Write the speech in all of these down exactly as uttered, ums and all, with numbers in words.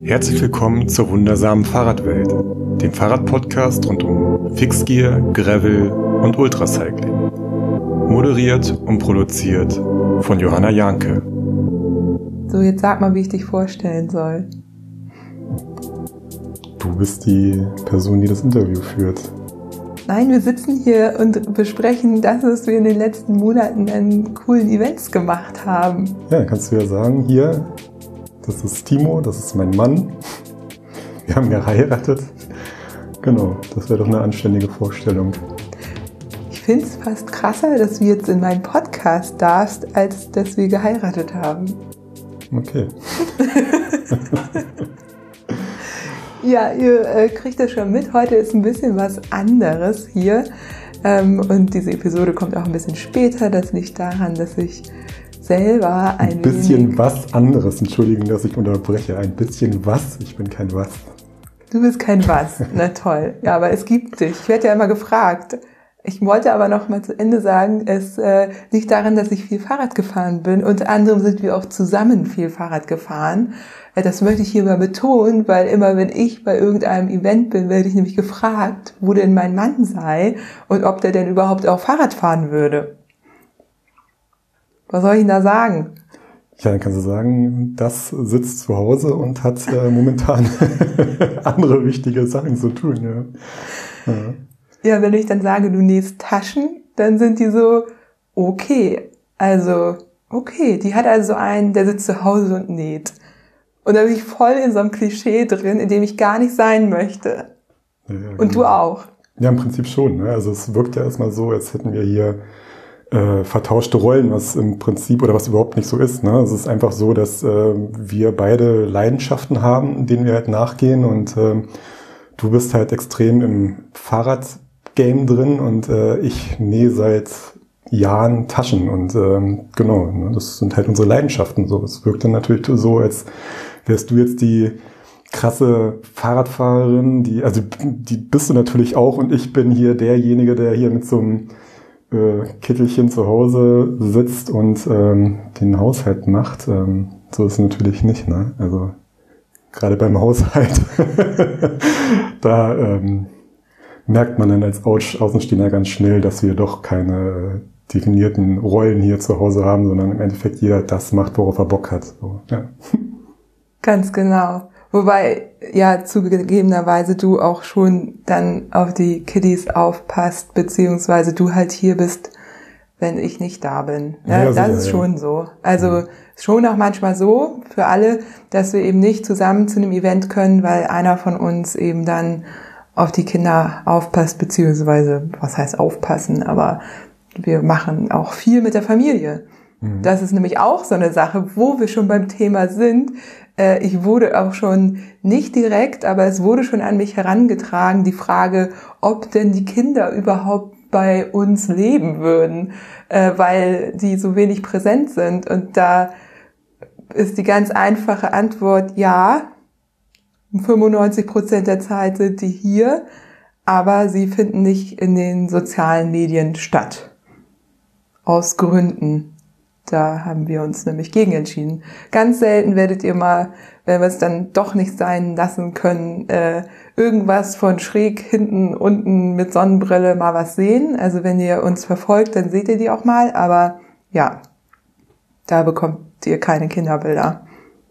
Herzlich willkommen zur wundersamen Fahrradwelt, dem Fahrradpodcast rund um Fixgear, Gravel und Ultracycling. Moderiert und produziert von Johanna Janke. So, jetzt sag mal, wie ich dich vorstellen soll. Du bist die Person, die das Interview führt. Nein, wir sitzen hier und besprechen das, was wir in den letzten Monaten an coolen Events gemacht haben. Ja, dann kannst du ja sagen, hier, das ist Timo, das ist mein Mann. Wir haben geheiratet. Genau, das wäre doch eine anständige Vorstellung. Ich finde es fast krasser, dass du jetzt in meinen Podcast darfst, als dass wir geheiratet haben. Okay. Ja, ihr äh, kriegt das schon mit. Heute ist ein bisschen was anderes hier. Ähm, und diese Episode kommt auch ein bisschen später. Das liegt daran, dass ich selber ein, ein bisschen was anderes. Entschuldigung, dass ich unterbreche. Ein bisschen was. Ich bin kein was. Du bist kein was. Na toll. Ja, aber es gibt dich. Ich werde ja immer gefragt. Ich wollte aber noch mal zu Ende sagen, es äh, liegt daran, dass ich viel Fahrrad gefahren bin. Unter anderem sind wir auch zusammen viel Fahrrad gefahren. Äh, das möchte ich hier mal betonen, weil immer wenn ich bei irgendeinem Event bin, werde ich nämlich gefragt, wo denn mein Mann sei und ob der denn überhaupt auch Fahrrad fahren würde. Was soll ich denn da sagen? Ja, dann kannst du sagen, das sitzt zu Hause und hat äh, momentan andere wichtige Sachen zu tun. Ja. Ja. Ja, wenn ich dann sage, du nähst Taschen, dann sind die so, okay, also, okay, die hat also einen, der sitzt zu Hause und näht. Und da bin ich voll in so einem Klischee drin, in dem ich gar nicht sein möchte. Ja, ja, und genau. Du auch. Ja, im Prinzip schon. Ne? Also es wirkt ja erstmal so, als hätten wir hier äh, vertauschte Rollen, was im Prinzip oder was überhaupt nicht so ist. Ne? Es ist einfach so, dass äh, wir beide Leidenschaften haben, denen wir halt nachgehen. Und äh, du bist halt extrem im Fahrrad Game drin und äh, ich nähe seit Jahren Taschen und ähm, genau, ne, das sind halt unsere Leidenschaften. So, es wirkt dann natürlich so, als wärst du jetzt die krasse Fahrradfahrerin, die, also die bist du natürlich auch und ich bin hier derjenige, der hier mit so einem äh, Kittelchen zu Hause sitzt und ähm, den Haushalt macht. Ähm, so ist es natürlich nicht, ne? Also gerade beim Haushalt, da ähm, merkt man dann als Außenstehender ganz schnell, dass wir doch keine definierten Rollen hier zu Hause haben, sondern im Endeffekt jeder das macht, worauf er Bock hat. So, ja. Ganz genau. Wobei ja zugegebenerweise du auch schon dann auf die Kiddies aufpasst, beziehungsweise du halt hier bist, wenn ich nicht da bin. Ja, ja, das sicher, ist schon ja. so. Also ja. Schon auch manchmal so für alle, dass wir eben nicht zusammen zu einem Event können, weil einer von uns eben dann auf die Kinder aufpasst, beziehungsweise, was heißt aufpassen, aber wir machen auch viel mit der Familie. Mhm. Das ist nämlich auch so eine Sache, wo wir schon beim Thema sind. Äh, ich wurde auch schon nicht direkt, aber es wurde schon an mich herangetragen, die Frage, ob denn die Kinder überhaupt bei uns leben würden, äh, weil die so wenig präsent sind. Und da ist die ganz einfache Antwort, ja, fünfundneunzig Prozent der Zeit sind die hier, aber sie finden nicht in den sozialen Medien statt. Aus Gründen. Da haben wir uns nämlich gegen entschieden. Ganz selten werdet ihr mal, wenn wir es dann doch nicht sein lassen können, äh, irgendwas von schräg hinten, unten mit Sonnenbrille mal was sehen. Also wenn ihr uns verfolgt, dann seht ihr die auch mal. Aber ja, da bekommt ihr keine Kinderbilder.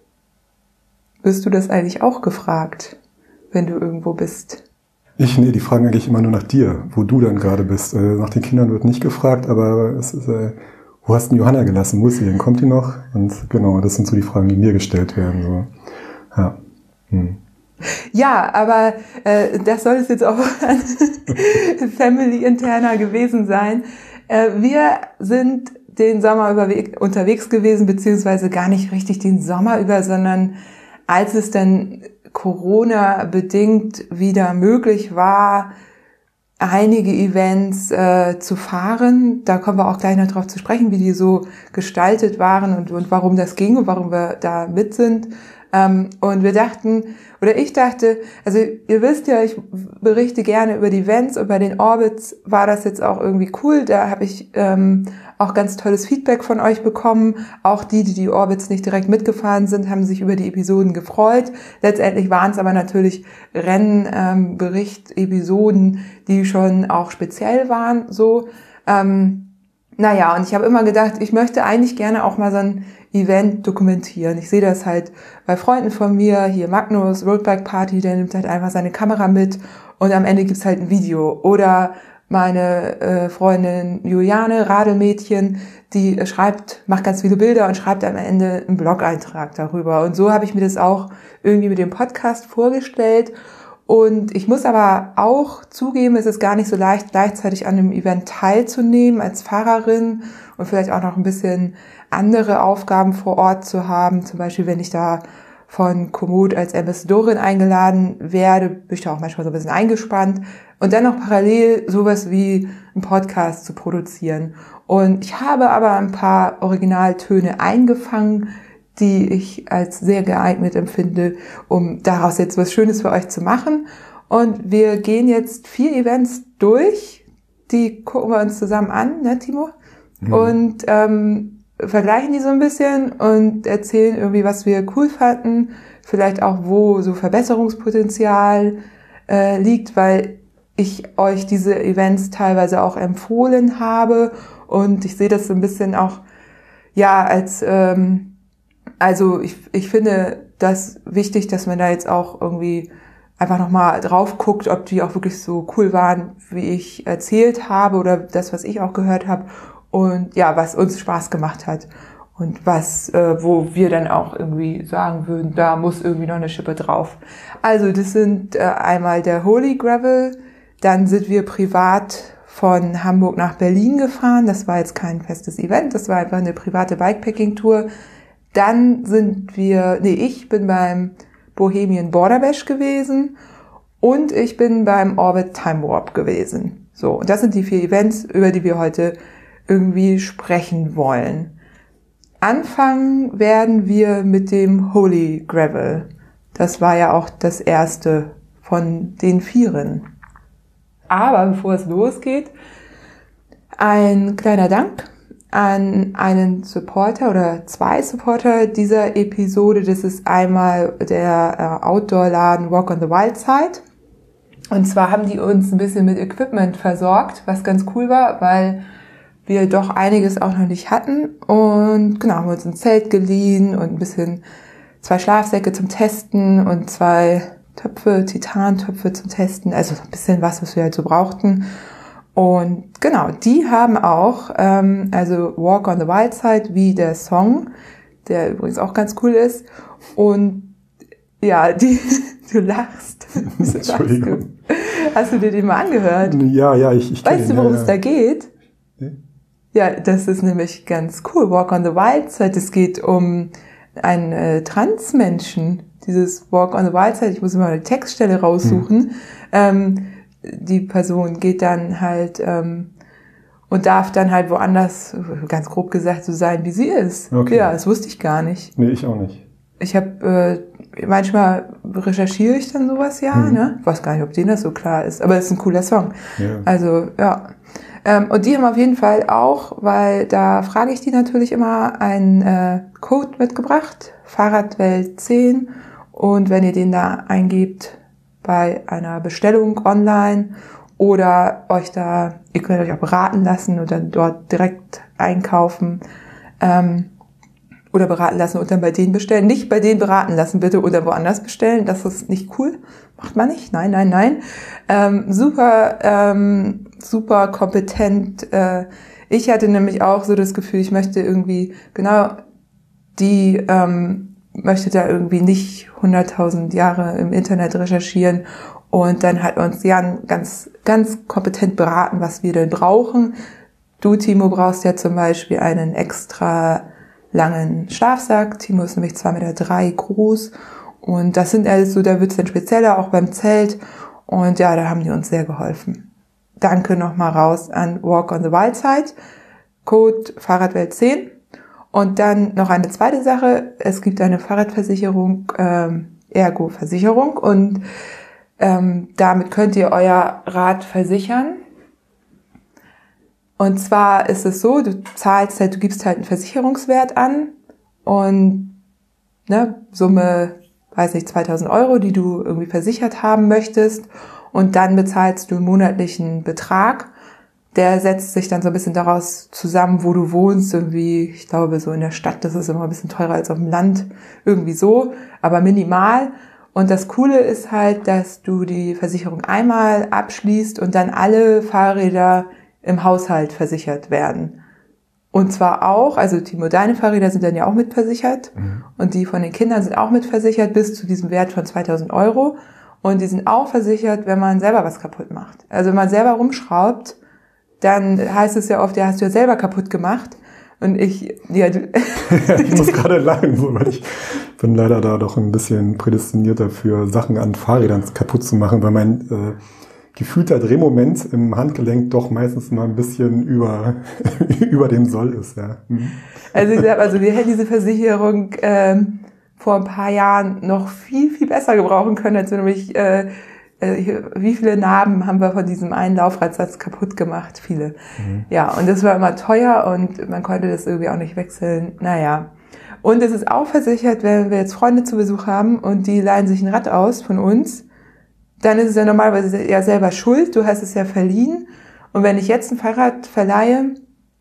Wirst du das eigentlich auch gefragt, wenn du irgendwo bist? Ich, nee, die fragen eigentlich immer nur nach dir, wo du dann gerade bist. Äh, nach den Kindern wird nicht gefragt, aber es ist, äh, wo hast du Johanna gelassen? Wo ist sie denn? Kommt die noch? Und genau, das sind so die Fragen, die mir gestellt werden. So. Ja. Hm. Ja, aber äh, das soll es jetzt auch family-interner gewesen sein. Äh, wir sind den Sommer über unterwegs gewesen, beziehungsweise gar nicht richtig den Sommer über, sondern als es dann Corona-bedingt wieder möglich war, einige Events äh, zu fahren. Da kommen wir auch gleich noch drauf zu sprechen, wie die so gestaltet waren und, und warum das ging und warum wir da mit sind. Ähm, und wir dachten, oder ich dachte, also ihr wisst ja, ich berichte gerne über die Events und bei den Orbits war das jetzt auch irgendwie cool. Da habe ich ähm, auch ganz tolles Feedback von euch bekommen. Auch die, die die Orbits nicht direkt mitgefahren sind, haben sich über die Episoden gefreut. Letztendlich waren es aber natürlich Rennbericht-Episoden, die schon auch speziell waren, so. Ähm, naja, und ich habe immer gedacht, ich möchte eigentlich gerne auch mal so ein Event dokumentieren. Ich sehe das halt bei Freunden von mir, hier Magnus, Roadbike Party, der nimmt halt einfach seine Kamera mit und am Ende gibt's halt ein Video. Oder meine äh, Freundin Juliane, Radelmädchen, die äh, schreibt, macht ganz viele Bilder und schreibt am Ende einen Blog-Eintrag darüber. Und so habe ich mir das auch irgendwie mit dem Podcast vorgestellt. Und ich muss aber auch zugeben, es ist gar nicht so leicht, gleichzeitig an einem Event teilzunehmen als Fahrerin und vielleicht auch noch ein bisschen andere Aufgaben vor Ort zu haben. Zum Beispiel, wenn ich da von Komoot als Ambassadorin eingeladen werde, bin ich da auch manchmal so ein bisschen eingespannt. Und dann noch parallel sowas wie einen Podcast zu produzieren. Und ich habe aber ein paar Originaltöne eingefangen, die ich als sehr geeignet empfinde, um daraus jetzt was Schönes für euch zu machen. Und wir gehen jetzt vier Events durch, die gucken wir uns zusammen an, ne, Timo? Mhm. Und ähm, vergleichen die so ein bisschen und erzählen irgendwie, was wir cool fanden, vielleicht auch, wo so Verbesserungspotenzial äh, liegt, weil ich euch diese Events teilweise auch empfohlen habe und ich sehe das so ein bisschen auch, ja, als ähm, Also ich, ich finde das wichtig, dass man da jetzt auch irgendwie einfach nochmal drauf guckt, ob die auch wirklich so cool waren, wie ich erzählt habe oder das, was ich auch gehört habe und ja, was uns Spaß gemacht hat und was, äh, wo wir dann auch irgendwie sagen würden, da muss irgendwie noch eine Schippe drauf. Also das sind äh, einmal der Holy Gravel, dann sind wir privat von Hamburg nach Berlin gefahren, das war jetzt kein festes Event, das war einfach eine private Bikepacking-Tour. Dann sind wir, nee, ich bin beim Bohemian Border Bash gewesen und ich bin beim Orbit Time Warp gewesen. So, und das sind die vier Events, über die wir heute irgendwie sprechen wollen. Anfangen werden wir mit dem Holy Gravel. Das war ja auch das erste von den Vieren. Aber bevor es losgeht, ein kleiner Dank an einen Supporter oder zwei Supporter dieser Episode. Das ist einmal der Outdoor-Laden Walk on the Wild Side. Und zwar haben die uns ein bisschen mit Equipment versorgt, was ganz cool war, weil wir doch einiges auch noch nicht hatten. Und genau, haben wir uns ein Zelt geliehen und ein bisschen zwei Schlafsäcke zum Testen und zwei Töpfe, Titantöpfe zum Testen. Also ein bisschen was, was wir halt so brauchten. Und genau, die haben auch, ähm, also Walk on the Wild Side, wie der Song, der übrigens auch ganz cool ist. Und ja, die, du lachst. Entschuldigung. Hast du dir den mal angehört? Ja, ja, ich, ich Weißt den, du, worum ja, es ja. da geht? Nee? Ja, das ist nämlich ganz cool. Walk on the Wild Side, es geht um einen äh, Transmenschen. Dieses Walk on the Wild Side, ich muss immer eine Textstelle raussuchen. Hm. Ähm, die Person geht dann halt ähm, und darf dann halt woanders, ganz grob gesagt, so sein, wie sie ist. Okay. Ja, das wusste ich gar nicht. Nee, ich auch nicht. Ich habe, äh, manchmal recherchiere ich dann sowas, ja, hm. ne? Ich weiß gar nicht, ob denen das so klar ist, aber es ist ein cooler Song. Ja. Also, ja. Ähm, und die haben auf jeden Fall auch, weil da frage ich die natürlich immer, einen äh, Code mitgebracht, Fahrradwelt zehn. Und wenn ihr den da eingebt, bei einer Bestellung online oder euch da, ihr könnt euch auch beraten lassen und dann dort direkt einkaufen ähm, oder beraten lassen und dann bei denen bestellen. Nicht bei denen beraten lassen bitte oder woanders bestellen, das ist nicht cool, macht man nicht, nein, nein, nein. Ähm, super, ähm, super kompetent. Äh, ich hatte nämlich auch so das Gefühl, ich möchte irgendwie genau die ähm, möchte da irgendwie nicht hunderttausend Jahre im Internet recherchieren und dann hat uns Jan ganz, ganz kompetent beraten, was wir denn brauchen. Du, Timo, brauchst ja zum Beispiel einen extra langen Schlafsack. Timo ist nämlich zwei Komma drei Meter groß und das sind alles so, da wird's dann spezieller, auch beim Zelt und ja, da haben die uns sehr geholfen. Danke nochmal raus an Walk on the Wild Side, Code Fahrradwelt zehn. Und dann noch eine zweite Sache, es gibt eine Fahrradversicherung, ähm, Ergo-Versicherung und ähm, damit könnt ihr euer Rad versichern. Und zwar ist es so, du zahlst halt, du gibst halt einen Versicherungswert an und ne, Summe, weiß nicht, zweitausend Euro, die du irgendwie versichert haben möchtest, und dann bezahlst du einen monatlichen Betrag. Der setzt sich dann so ein bisschen daraus zusammen, wo du wohnst, irgendwie, ich glaube, so in der Stadt, das ist immer ein bisschen teurer als auf dem Land, irgendwie so, aber minimal. Und das Coole ist halt, dass du die Versicherung einmal abschließt und dann alle Fahrräder im Haushalt versichert werden. Und zwar auch, also Timo, deine Fahrräder sind dann ja auch mitversichert, mhm. und die von den Kindern sind auch mitversichert bis zu diesem Wert von zweitausend Euro. Und die sind auch versichert, wenn man selber was kaputt macht. Also wenn man selber rumschraubt, dann heißt es ja oft, ja, hast du ja selber kaputt gemacht. Und ich, ja, du ich muss gerade lachen, so, weil ich bin leider da doch ein bisschen prädestiniert dafür, Sachen an Fahrrädern kaputt zu machen, weil mein äh, gefühlter Drehmoment im Handgelenk doch meistens mal ein bisschen über über dem Soll ist, ja. Mhm. Also ich sag, also wir hätten diese Versicherung ähm, vor ein paar Jahren noch viel, viel besser gebrauchen können, als wenn nämlich äh, äh, wie viele Narben haben wir von diesem einen Laufradsatz kaputt gemacht? Viele. Mhm. Ja, und das war immer teuer und man konnte das irgendwie auch nicht wechseln. Naja. Und es ist auch versichert, wenn wir jetzt Freunde zu Besuch haben und die leihen sich ein Rad aus von uns, dann ist es ja normalerweise ja selber schuld, du hast es ja verliehen. Und wenn ich jetzt ein Fahrrad verleihe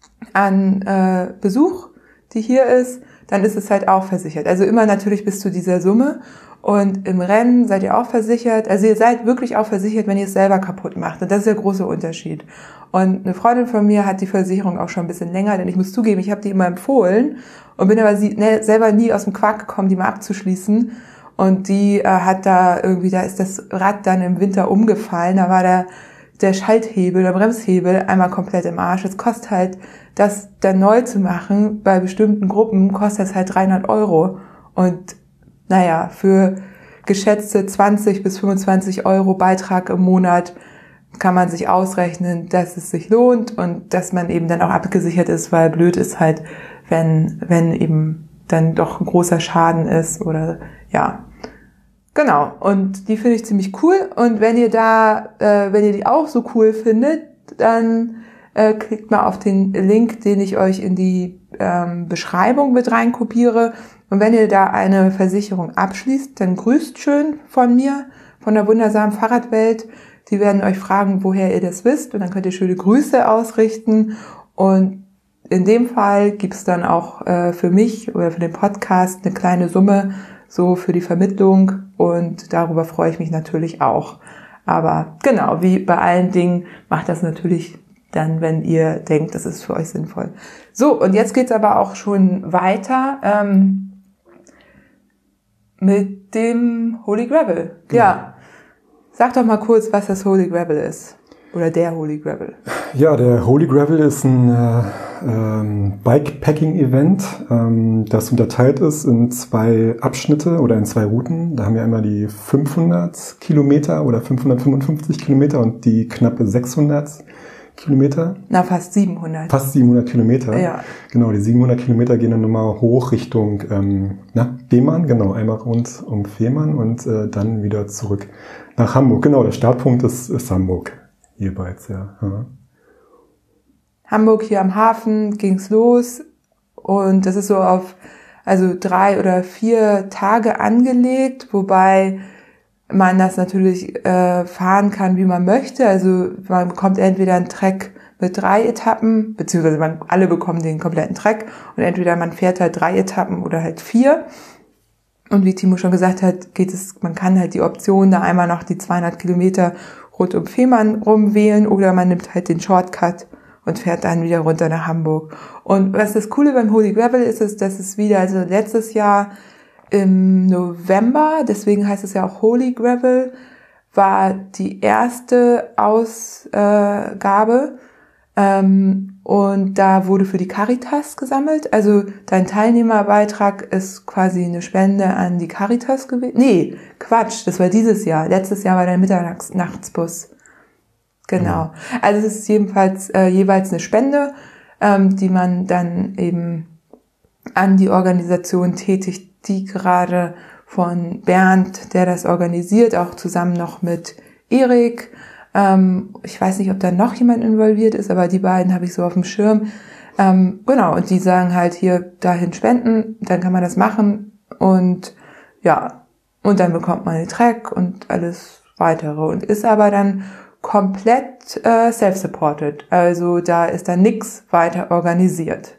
an äh, Besuch, die hier ist, dann ist es halt auch versichert. Also immer natürlich bis zu dieser Summe. Und im Rennen seid ihr auch versichert. Also ihr seid wirklich auch versichert, wenn ihr es selber kaputt macht. Und das ist der große Unterschied. Und eine Freundin von mir hat die Versicherung auch schon ein bisschen länger, denn ich muss zugeben, ich habe die immer empfohlen und bin aber sie, ne, selber nie aus dem Quark gekommen, die mal abzuschließen. Und die äh, hat da irgendwie, da ist das Rad dann im Winter umgefallen. Da war der, der Schalthebel, der Bremshebel einmal komplett im Arsch. Es kostet halt, das dann neu zu machen, bei bestimmten Gruppen kostet das halt dreihundert Euro. Und naja, für geschätzte zwanzig bis fünfundzwanzig Euro Beitrag im Monat kann man sich ausrechnen, dass es sich lohnt und dass man eben dann auch abgesichert ist, weil blöd ist halt, wenn, wenn eben dann doch ein großer Schaden ist oder ja. Genau, und die finde ich ziemlich cool. Und wenn ihr da, äh, wenn ihr die auch so cool findet, dann äh, klickt mal auf den Link, den ich euch in die ähm, Beschreibung mit reinkopiere. Und wenn ihr da eine Versicherung abschließt, dann grüßt schön von mir, von der wundersamen Fahrradwelt. Die werden euch fragen, woher ihr das wisst. Und dann könnt ihr schöne Grüße ausrichten. Und in dem Fall gibt's dann auch äh, für mich oder für den Podcast eine kleine Summe, so für die Vermittlung, und darüber freue ich mich natürlich auch. Aber genau, wie bei allen Dingen, macht das natürlich dann, wenn ihr denkt, das ist für euch sinnvoll. So, und jetzt geht's aber auch schon weiter ähm, mit dem Holy Gravel. Genau. Ja, sag doch mal kurz, was das Holy Gravel ist. Oder der Holy Gravel. Ja, der Holy Gravel ist ein äh, ähm, Bikepacking-Event, ähm, das unterteilt ist in zwei Abschnitte oder in zwei Routen. Da haben wir einmal die fünfhundert Kilometer oder fünfhundertfünfundfünfzig Kilometer und die knappe sechshundert Kilometer. Na, fast siebenhundert. Fast siebenhundert Kilometer. Ja. Genau, die siebenhundert Kilometer gehen dann nochmal hoch Richtung ähm, na, Fehmarn, genau, einmal rund um Fehmarn und äh, dann wieder zurück nach Hamburg. Genau, der Startpunkt ist, ist Hamburg. Jeweils, ja. ja. Hamburg, hier am Hafen, ging's los. Und das ist so auf, also drei oder vier Tage angelegt, wobei man das natürlich äh, fahren kann, wie man möchte. Also man bekommt entweder einen Trek mit drei Etappen, beziehungsweise man, alle bekommen den kompletten Trek, und entweder man fährt halt drei Etappen oder halt vier. Und wie Timo schon gesagt hat, geht es, man kann halt die Option da einmal noch die zweihundert Kilometer rund um Fehmarn rumwählen, oder man nimmt halt den Shortcut und fährt dann wieder runter nach Hamburg. Und was das Coole beim Holy Gravel ist, ist, dass es wieder, also letztes Jahr im November, deswegen heißt es ja auch Holy Gravel, war die erste Ausgabe, ähm, und da wurde für die Caritas gesammelt. Also dein Teilnehmerbeitrag ist quasi eine Spende an die Caritas gewesen. Nee, Quatsch, das war dieses Jahr. Letztes Jahr war der Mitternachtsbus. Genau. Also es ist jedenfalls äh, jeweils eine Spende, ähm, die man dann eben an die Organisation tätigt, die gerade von Bernd, der das organisiert, auch zusammen noch mit Erik, Ähm, ich weiß nicht, ob da noch jemand involviert ist, aber die beiden habe ich so auf dem Schirm. Ähm, genau, und die sagen halt hier dahin spenden, dann kann man das machen und ja, und dann bekommt man den Track und alles weitere und ist aber dann komplett äh, self-supported. Also da ist dann nichts weiter organisiert.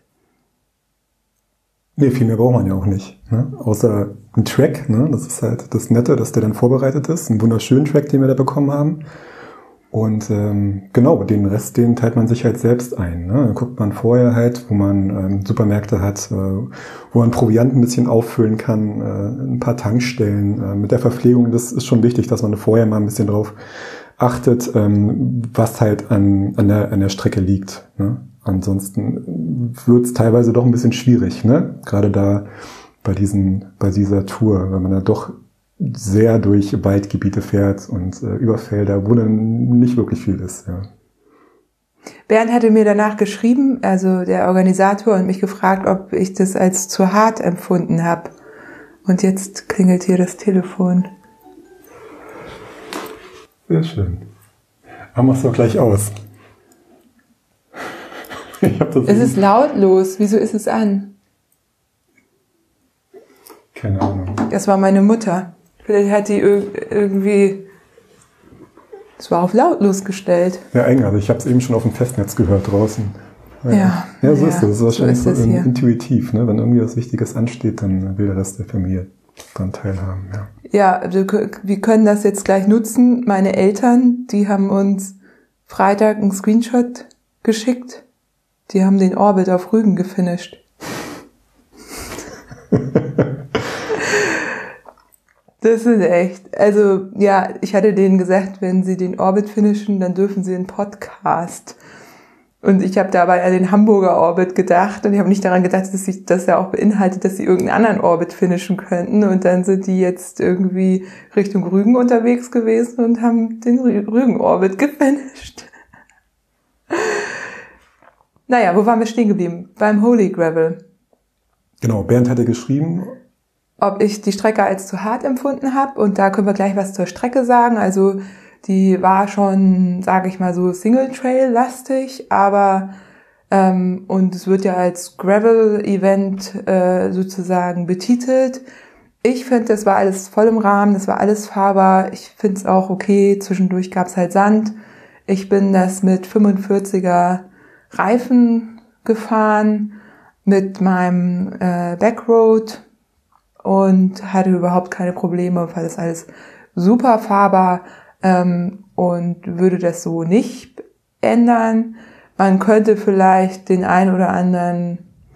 Nee, viel mehr braucht man ja auch nicht. Ne? Außer ein Track, ne? Das ist halt das Nette, dass der dann vorbereitet ist. Ein wunderschönen Track, den wir da bekommen haben. Und ähm, genau, den Rest, den teilt man sich halt selbst ein. Ne? Dann guckt man vorher halt, wo man ähm, Supermärkte hat, äh, wo man Proviant ein bisschen auffüllen kann, äh, ein paar Tankstellen. Äh, mit der Verpflegung, das ist schon wichtig, dass man vorher mal ein bisschen drauf achtet, ähm, was halt an, an, der, an der Strecke liegt. Ne? Ansonsten wird es teilweise doch ein bisschen schwierig, ne? Gerade da bei diesen, bei dieser Tour, weil man da doch sehr durch Waldgebiete fährt und äh, über Felder, wo dann nicht wirklich viel ist. Ja. Bernd hatte mir danach geschrieben, also der Organisator, und mich gefragt, ob ich das als zu hart empfunden habe. Und jetzt klingelt hier das Telefon. Sehr schön. Aber mach's doch gleich aus. Ich hab das es ist lautlos. Wieso ist es an? Keine Ahnung. Das war meine Mutter. Vielleicht hat die irgendwie... Es war auf lautlos gestellt. Ja, eng. Also ich habe es eben schon auf dem Festnetz gehört draußen. Ja, ja, ja so ja, ist es. Das ist wahrscheinlich so, ist so intuitiv. Ne? Wenn irgendwie was Wichtiges ansteht, dann will der Rest der Familie daran teilhaben. Ja, ja also wir können das jetzt gleich nutzen. Meine Eltern, die haben uns Freitag einen Screenshot geschickt. Die haben den Orbit auf Rügen gefinisht. Das ist echt. Also, ja, ich hatte denen gesagt, wenn sie den Orbit finishen, dann dürfen sie einen Podcast. Und ich habe dabei an den Hamburger Orbit gedacht und ich habe nicht daran gedacht, dass sich das ja auch beinhaltet, dass sie irgendeinen anderen Orbit finishen könnten. Und dann sind die jetzt irgendwie Richtung Rügen unterwegs gewesen und haben den Rügen-Orbit gefinisht. Naja, wo waren wir stehen geblieben? Beim Holy Gravel. Genau, Bernd hatte geschrieben, ob ich die Strecke als zu hart empfunden habe. Und da können wir gleich was zur Strecke sagen. Also die war schon, sage ich mal so, Single-Trail-lastig, aber ähm, und es wird ja als Gravel-Event äh, sozusagen betitelt. Ich finde, das war alles voll im Rahmen, das war alles fahrbar. Ich finde es auch okay, zwischendurch gab's halt Sand. Ich bin das mit fünfundvierziger Reifen gefahren, mit meinem äh, Backroad und hatte überhaupt keine Probleme, weil das alles super fahrbar ähm, und würde das so nicht ändern. Man könnte vielleicht den einen oder anderen,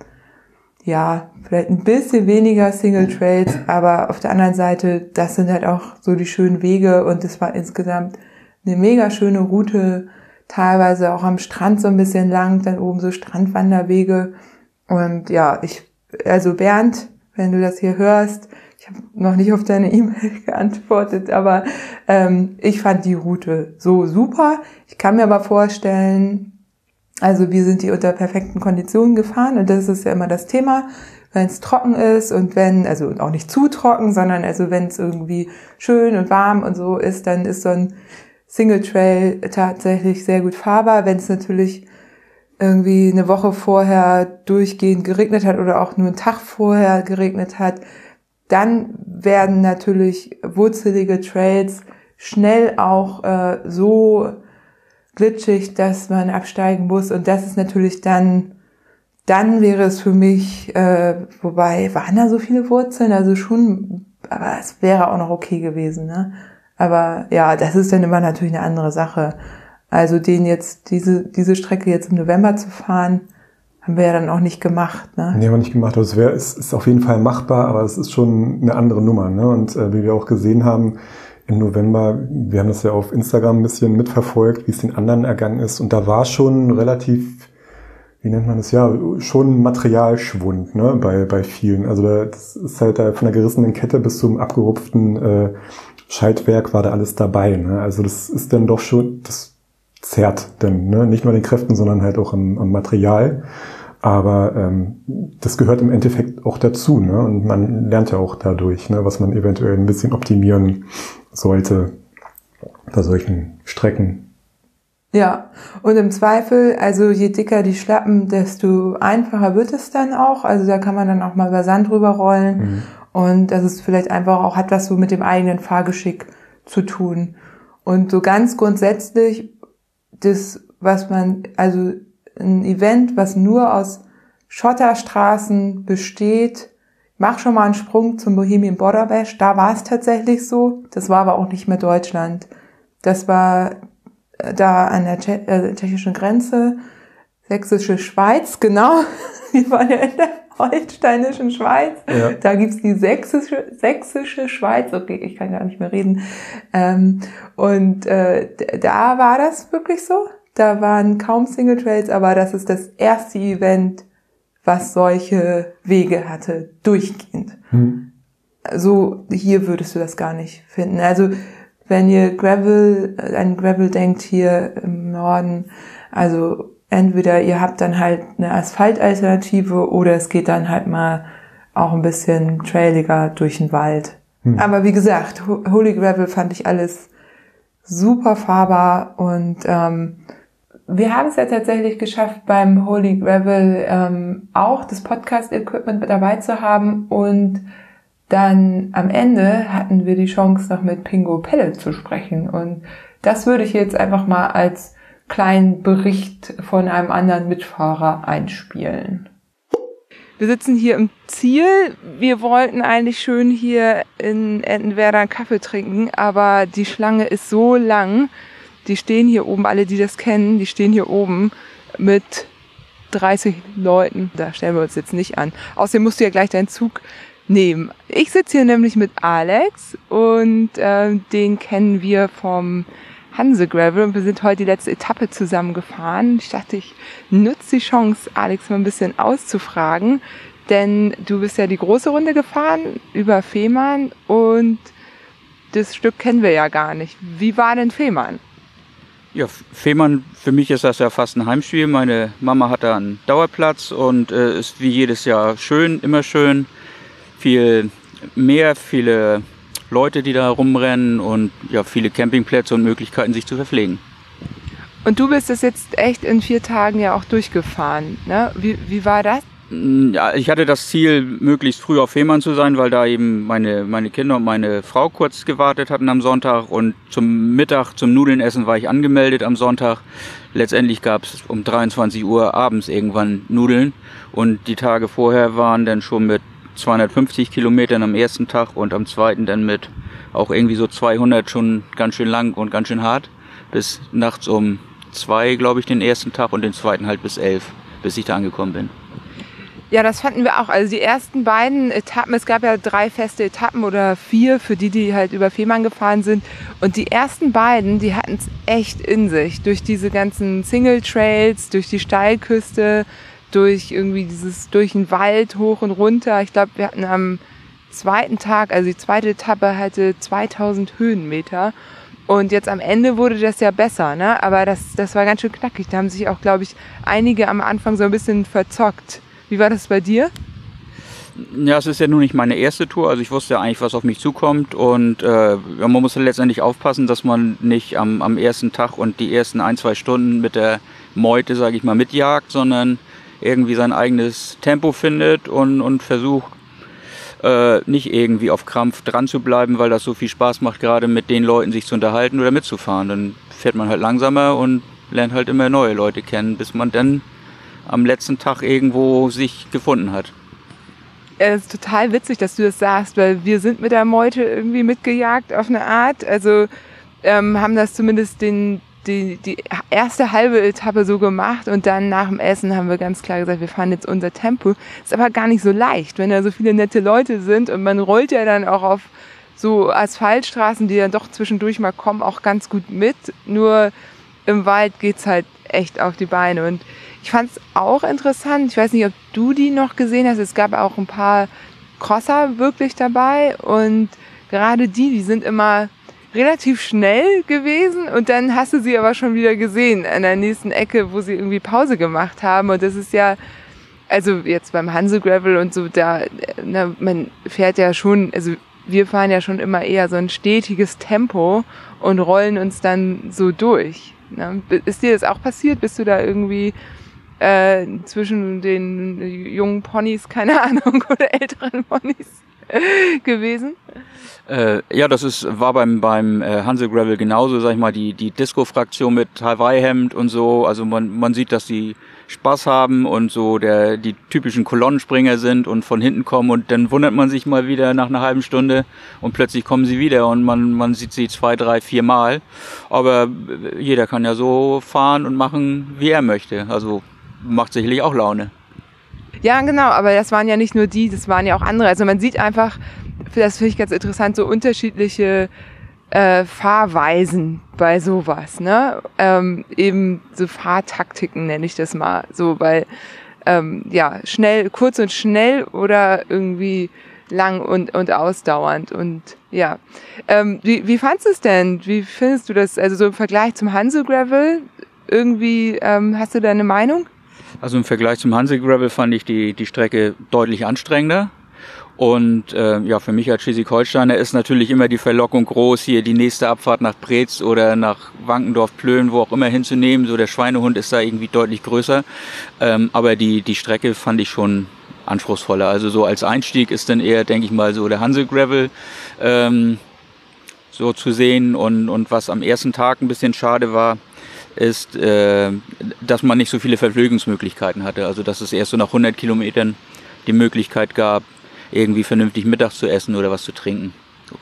ja, vielleicht ein bisschen weniger Single Trails, aber auf der anderen Seite, das sind halt auch so die schönen Wege und es war insgesamt eine mega schöne Route, teilweise auch am Strand so ein bisschen lang, dann oben so Strandwanderwege. Und ja, ich, also Bernd, wenn du das hier hörst, ich habe noch nicht auf deine E-Mail geantwortet, aber ähm, ich fand die Route so super. Ich kann mir aber vorstellen, also wir sind die unter perfekten Konditionen gefahren und das ist ja immer das Thema, wenn es trocken ist und wenn, also auch nicht zu trocken, sondern also wenn es irgendwie schön und warm und so ist, dann ist so ein Single Trail tatsächlich sehr gut fahrbar. Wenn es natürlich irgendwie eine Woche vorher durchgehend geregnet hat oder auch nur einen Tag vorher geregnet hat, dann werden natürlich wurzelige Trails schnell auch äh, so glitschig, dass man absteigen muss und das ist natürlich dann, dann wäre es für mich, äh, wobei, waren da so viele Wurzeln, also schon, aber es wäre auch noch okay gewesen, ne? Aber ja, das ist dann immer natürlich eine andere Sache. Also den jetzt, diese, diese Strecke jetzt im November zu fahren, haben wir ja dann auch nicht gemacht, ne? Nee, haben wir nicht gemacht. Also es wäre, es ist auf jeden Fall machbar, aber es ist schon eine andere Nummer, ne? Und äh, wie wir auch gesehen haben, im November, wir haben das ja auf Instagram ein bisschen mitverfolgt, wie es den anderen ergangen ist. Und da war schon relativ, wie nennt man das, ja, schon Materialschwund, ne, bei, bei vielen. Also das ist halt da von der gerissenen Kette bis zum abgerupften äh, Schaltwerk war da alles dabei, ne? Also das ist dann doch schon, das zerrt dann, ne? Nicht nur an den Kräften, sondern halt auch am, am Material. Aber ähm, das gehört im Endeffekt auch dazu, ne? Und man lernt ja auch dadurch, ne, was man eventuell ein bisschen optimieren sollte bei solchen Strecken. Ja, und im Zweifel, also je dicker die Schlappen, desto einfacher wird es dann auch. Also da kann man dann auch mal über Sand drüber rollen. Mhm. Und das ist vielleicht einfach auch, hat was so mit dem eigenen Fahrgeschick zu tun. Und so ganz grundsätzlich, das, was man, also ein Event, was nur aus Schotterstraßen besteht, mach schon mal einen Sprung zum Bohemian Border Bash, da war es tatsächlich so. Das war aber auch nicht mehr Deutschland. Das war da an der Tsche- äh, tschechischen Grenze, sächsische Schweiz, genau. Wir waren ja in der holsteinischen Schweiz. Ja. Da gibt's die sächsische, sächsische Schweiz. Okay, ich kann gar nicht mehr reden. Ähm, und äh, da war das wirklich so. Da waren kaum Single Trails, aber das ist das erste Event, was solche Wege hatte, durchgehend. Hm. So, hier würdest du das gar nicht finden. Also, wenn ihr Gravel, an Gravel denkt hier im Norden, also entweder ihr habt dann halt eine Asphaltalternative oder es geht dann halt mal auch ein bisschen trailiger durch den Wald. Hm. Aber wie gesagt, Holy Gravel fand ich alles super fahrbar und ähm, wir haben es ja tatsächlich geschafft, beim Holy Gravel ähm, auch das Podcast-Equipment dabei zu haben und dann am Ende hatten wir die Chance, noch mit Pingo Pelle zu sprechen. Und das würde ich jetzt einfach mal als kleinen Bericht von einem anderen Mitfahrer einspielen. Wir sitzen hier im Ziel. Wir wollten eigentlich schön hier in Entenwerder einen Kaffee trinken, aber die Schlange ist so lang. Die stehen hier oben, alle, die das kennen, die stehen hier oben mit dreißig Leuten. Da stellen wir uns jetzt nicht an. Außerdem musst du ja gleich deinen Zug nehmen. Ich sitze hier nämlich mit Alex und äh, den kennen wir vom Hanse Gravel und wir sind heute die letzte Etappe zusammen gefahren. Ich dachte, ich nutze die Chance, Alex mal ein bisschen auszufragen, denn du bist ja die große Runde gefahren über Fehmarn und das Stück kennen wir ja gar nicht. Wie war denn Fehmarn? Ja, Fehmarn, für mich ist das ja fast ein Heimspiel. Meine Mama hat da einen Dauerplatz und äh, ist wie jedes Jahr schön, immer schön. Viel Meer, viele Leute, die da rumrennen und ja, viele Campingplätze und Möglichkeiten, sich zu verpflegen. Und du bist das jetzt echt in vier Tagen ja auch durchgefahren, ne? Wie, wie war das? Ja, ich hatte das Ziel, möglichst früh auf Fehmarn zu sein, weil da eben meine, meine Kinder und meine Frau kurz gewartet hatten am Sonntag und zum Mittag, zum Nudelnessen war ich angemeldet am Sonntag. Letztendlich gab es um dreiundzwanzig Uhr abends irgendwann Nudeln und die Tage vorher waren dann schon mit zweihundertfünfzig Kilometern am ersten Tag und am zweiten dann mit auch irgendwie so zweihundert schon ganz schön lang und ganz schön hart. Bis nachts um zwei, glaube ich, den ersten Tag und den zweiten halt bis elf, bis ich da angekommen bin. Ja, das fanden wir auch. Also die ersten beiden Etappen, es gab ja drei feste Etappen oder vier für die, die halt über Fehmarn gefahren sind. Und die ersten beiden, die hatten es echt in sich. Durch diese ganzen Single Trails, durch die Steilküste, durch irgendwie dieses, durch den Wald hoch und runter. Ich glaube, wir hatten am zweiten Tag, also die zweite Etappe hatte zweitausend Höhenmeter. Und jetzt am Ende wurde das ja besser, ne? Aber das, das war ganz schön knackig. Da haben sich auch, glaube ich, einige am Anfang so ein bisschen verzockt. Wie war das bei dir? Ja, es ist ja nun nicht meine erste Tour, also ich wusste ja eigentlich, was auf mich zukommt und äh, man muss letztendlich aufpassen, dass man nicht am, am ersten Tag und die ersten ein, zwei Stunden mit der Meute, sage ich mal, mitjagt, sondern irgendwie sein eigenes Tempo findet und, und versucht, äh, nicht irgendwie auf Krampf dran zu bleiben, weil das so viel Spaß macht, gerade mit den Leuten sich zu unterhalten oder mitzufahren. Dann fährt man halt langsamer und lernt halt immer neue Leute kennen, bis man dann am letzten Tag irgendwo sich gefunden hat. Ja, das ist total witzig, dass du das sagst, weil wir sind mit der Meute irgendwie mitgejagt auf eine Art. Also ähm, haben das zumindest den, die, die erste halbe Etappe so gemacht und dann nach dem Essen haben wir ganz klar gesagt, wir fahren jetzt unser Tempo. Ist aber gar nicht so leicht, wenn da so viele nette Leute sind und man rollt ja dann auch auf so Asphaltstraßen, die dann doch zwischendurch mal kommen, auch ganz gut mit. Nur im Wald geht's halt echt auf die Beine und ich fand es auch interessant, ich weiß nicht, ob du die noch gesehen hast, es gab auch ein paar Crosser wirklich dabei und gerade die, die sind immer relativ schnell gewesen und dann hast du sie aber schon wieder gesehen an der nächsten Ecke, wo sie irgendwie Pause gemacht haben und das ist ja, also jetzt beim Hanse Gravel und so, da, na, man fährt ja schon, also wir fahren ja schon immer eher so ein stetiges Tempo und rollen uns dann so durch. Ne? Ist dir das auch passiert? Bist du da irgendwie äh, zwischen den jungen Ponys, keine Ahnung, oder älteren Ponys gewesen? Äh, ja, das ist war beim beim äh, Hansel Gravel genauso, sag ich mal, die die Disco-Fraktion mit Hawaii-Hemd und so. Also man man sieht, dass die Spaß haben und so der die typischen Kolonnenspringer sind und von hinten kommen und dann wundert man sich mal wieder nach einer halben Stunde und plötzlich kommen sie wieder und man man sieht sie zwei, drei, vier Mal. Aber jeder kann ja so fahren und machen, wie er möchte. Also macht sicherlich auch Laune. Ja, genau, aber das waren ja nicht nur die, das waren ja auch andere. Also man sieht einfach, das finde ich ganz interessant, so unterschiedliche äh, Fahrweisen bei sowas, ne? Ähm, eben so Fahrtaktiken nenne ich das mal, so, weil ähm, ja schnell, kurz und schnell oder irgendwie lang und und ausdauernd und ja. Ähm, wie wie fandst du es denn? Wie findest du das? Also so im Vergleich zum Hansel Gravel irgendwie ähm, hast du da eine Meinung? Also im Vergleich zum Hansel Gravel fand ich die die Strecke deutlich anstrengender. Und äh, ja, für mich als Schleswig-Holsteiner ist natürlich immer die Verlockung groß, hier die nächste Abfahrt nach Preetz oder nach Wankendorf-Plön, wo auch immer hinzunehmen. So der Schweinehund ist da irgendwie deutlich größer. Ähm, aber die die Strecke fand ich schon anspruchsvoller. Also so als Einstieg ist dann eher, denke ich mal, so der Hansel Gravel ähm, so zu sehen. Und und was am ersten Tag ein bisschen schade war, ist, äh, dass man nicht so viele Verpflegungsmöglichkeiten hatte. Also dass es erst so nach hundert Kilometern die Möglichkeit gab, irgendwie vernünftig Mittag zu essen oder was zu trinken. So.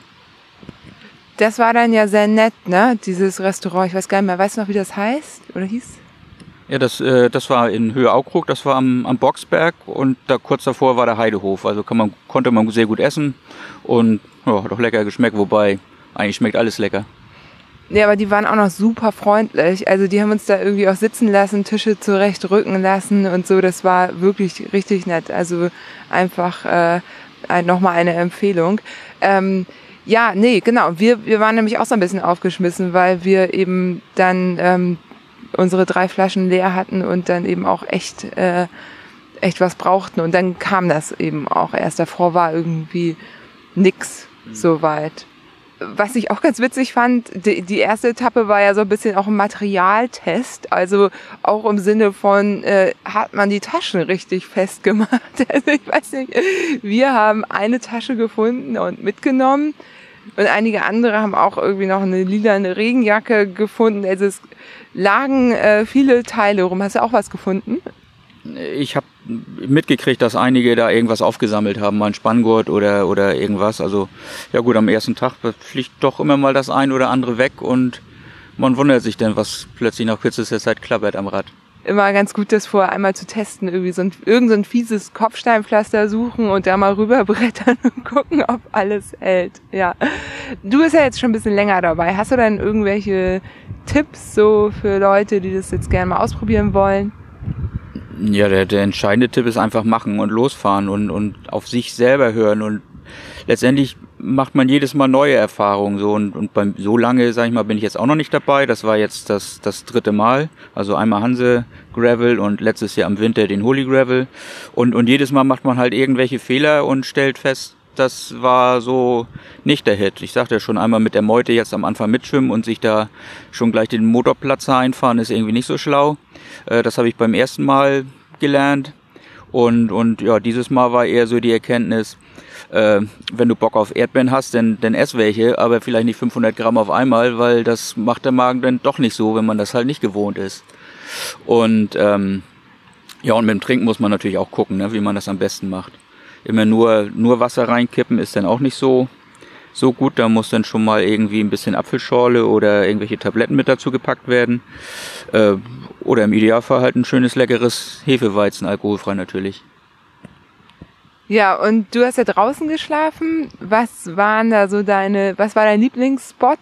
Das war dann ja sehr nett, ne? Dieses Restaurant. Ich weiß gar nicht mehr, weißt du noch, wie das heißt oder hieß? Ja, das, äh, das war in Höhe Aukrug, das war am, am Boxberg und da kurz davor war der Heidehof. Also kann man, konnte man sehr gut essen und ja, hat auch lecker geschmeckt, wobei eigentlich schmeckt alles lecker. Ja, aber die waren auch noch super freundlich. Also die haben uns da irgendwie auch sitzen lassen, Tische zurechtrücken lassen und so. Das war wirklich richtig nett. Also einfach äh, nochmal eine Empfehlung. Ähm, ja, nee, genau. Wir, wir waren nämlich auch so ein bisschen aufgeschmissen, weil wir eben dann ähm, unsere drei Flaschen leer hatten und dann eben auch echt, äh, echt was brauchten. Und dann kam das eben auch erst. Davor war irgendwie nix mhm. soweit. Was ich auch ganz witzig fand, die, die erste Etappe war ja so ein bisschen auch ein Materialtest, also auch im Sinne von, äh, hat man die Taschen richtig festgemacht? Also ich weiß nicht, wir haben eine Tasche gefunden und mitgenommen und einige andere haben auch irgendwie noch eine lilane Regenjacke gefunden. Also es lagen äh, viele Teile rum. Hast du auch was gefunden? Ich habe mitgekriegt, dass einige da irgendwas aufgesammelt haben, mal ein Spanngurt oder oder irgendwas. Also ja gut, am ersten Tag fliegt doch immer mal das ein oder andere weg und man wundert sich dann, was plötzlich nach kürzester Zeit klappert am Rad. Immer ganz gut, das vorher einmal zu testen, irgendwie so ein, irgend so ein fieses Kopfsteinpflaster suchen und da mal rüberbrettern und gucken, ob alles hält. Ja, du bist ja jetzt schon ein bisschen länger dabei. Hast du dann irgendwelche Tipps so für Leute, die das jetzt gerne mal ausprobieren wollen? Ja, der, der entscheidende Tipp ist einfach machen und losfahren und, und auf sich selber hören und letztendlich macht man jedes Mal neue Erfahrungen so und, und beim, so lange, sag ich mal, bin ich jetzt auch noch nicht dabei. Das war jetzt das, das dritte Mal, also einmal Hanse Gravel und letztes Jahr im Winter den Holy Gravel und, und jedes Mal macht man halt irgendwelche Fehler und stellt fest, das war so nicht der Hit. Ich sagte ja schon einmal mit der Meute jetzt am Anfang mitschwimmen und sich da schon gleich den Motorplatz einfahren, ist irgendwie nicht so schlau. Das habe ich beim ersten Mal gelernt. Und, und ja, dieses Mal war eher so die Erkenntnis, äh, wenn du Bock auf Erdbeeren hast, dann, dann ess welche, aber vielleicht nicht fünfhundert Gramm auf einmal, weil das macht der Magen dann doch nicht so, wenn man das halt nicht gewohnt ist. Und ähm, ja, und mit dem Trinken muss man natürlich auch gucken, ne, wie man das am besten macht. Immer nur, nur Wasser reinkippen ist dann auch nicht so, so gut. Da muss dann schon mal irgendwie ein bisschen Apfelschorle oder irgendwelche Tabletten mit dazu gepackt werden. Äh, oder im Idealfall halt ein schönes, leckeres Hefeweizen, alkoholfrei natürlich. Ja, und du hast ja draußen geschlafen. Was waren da so deine, was war dein Lieblingsspot?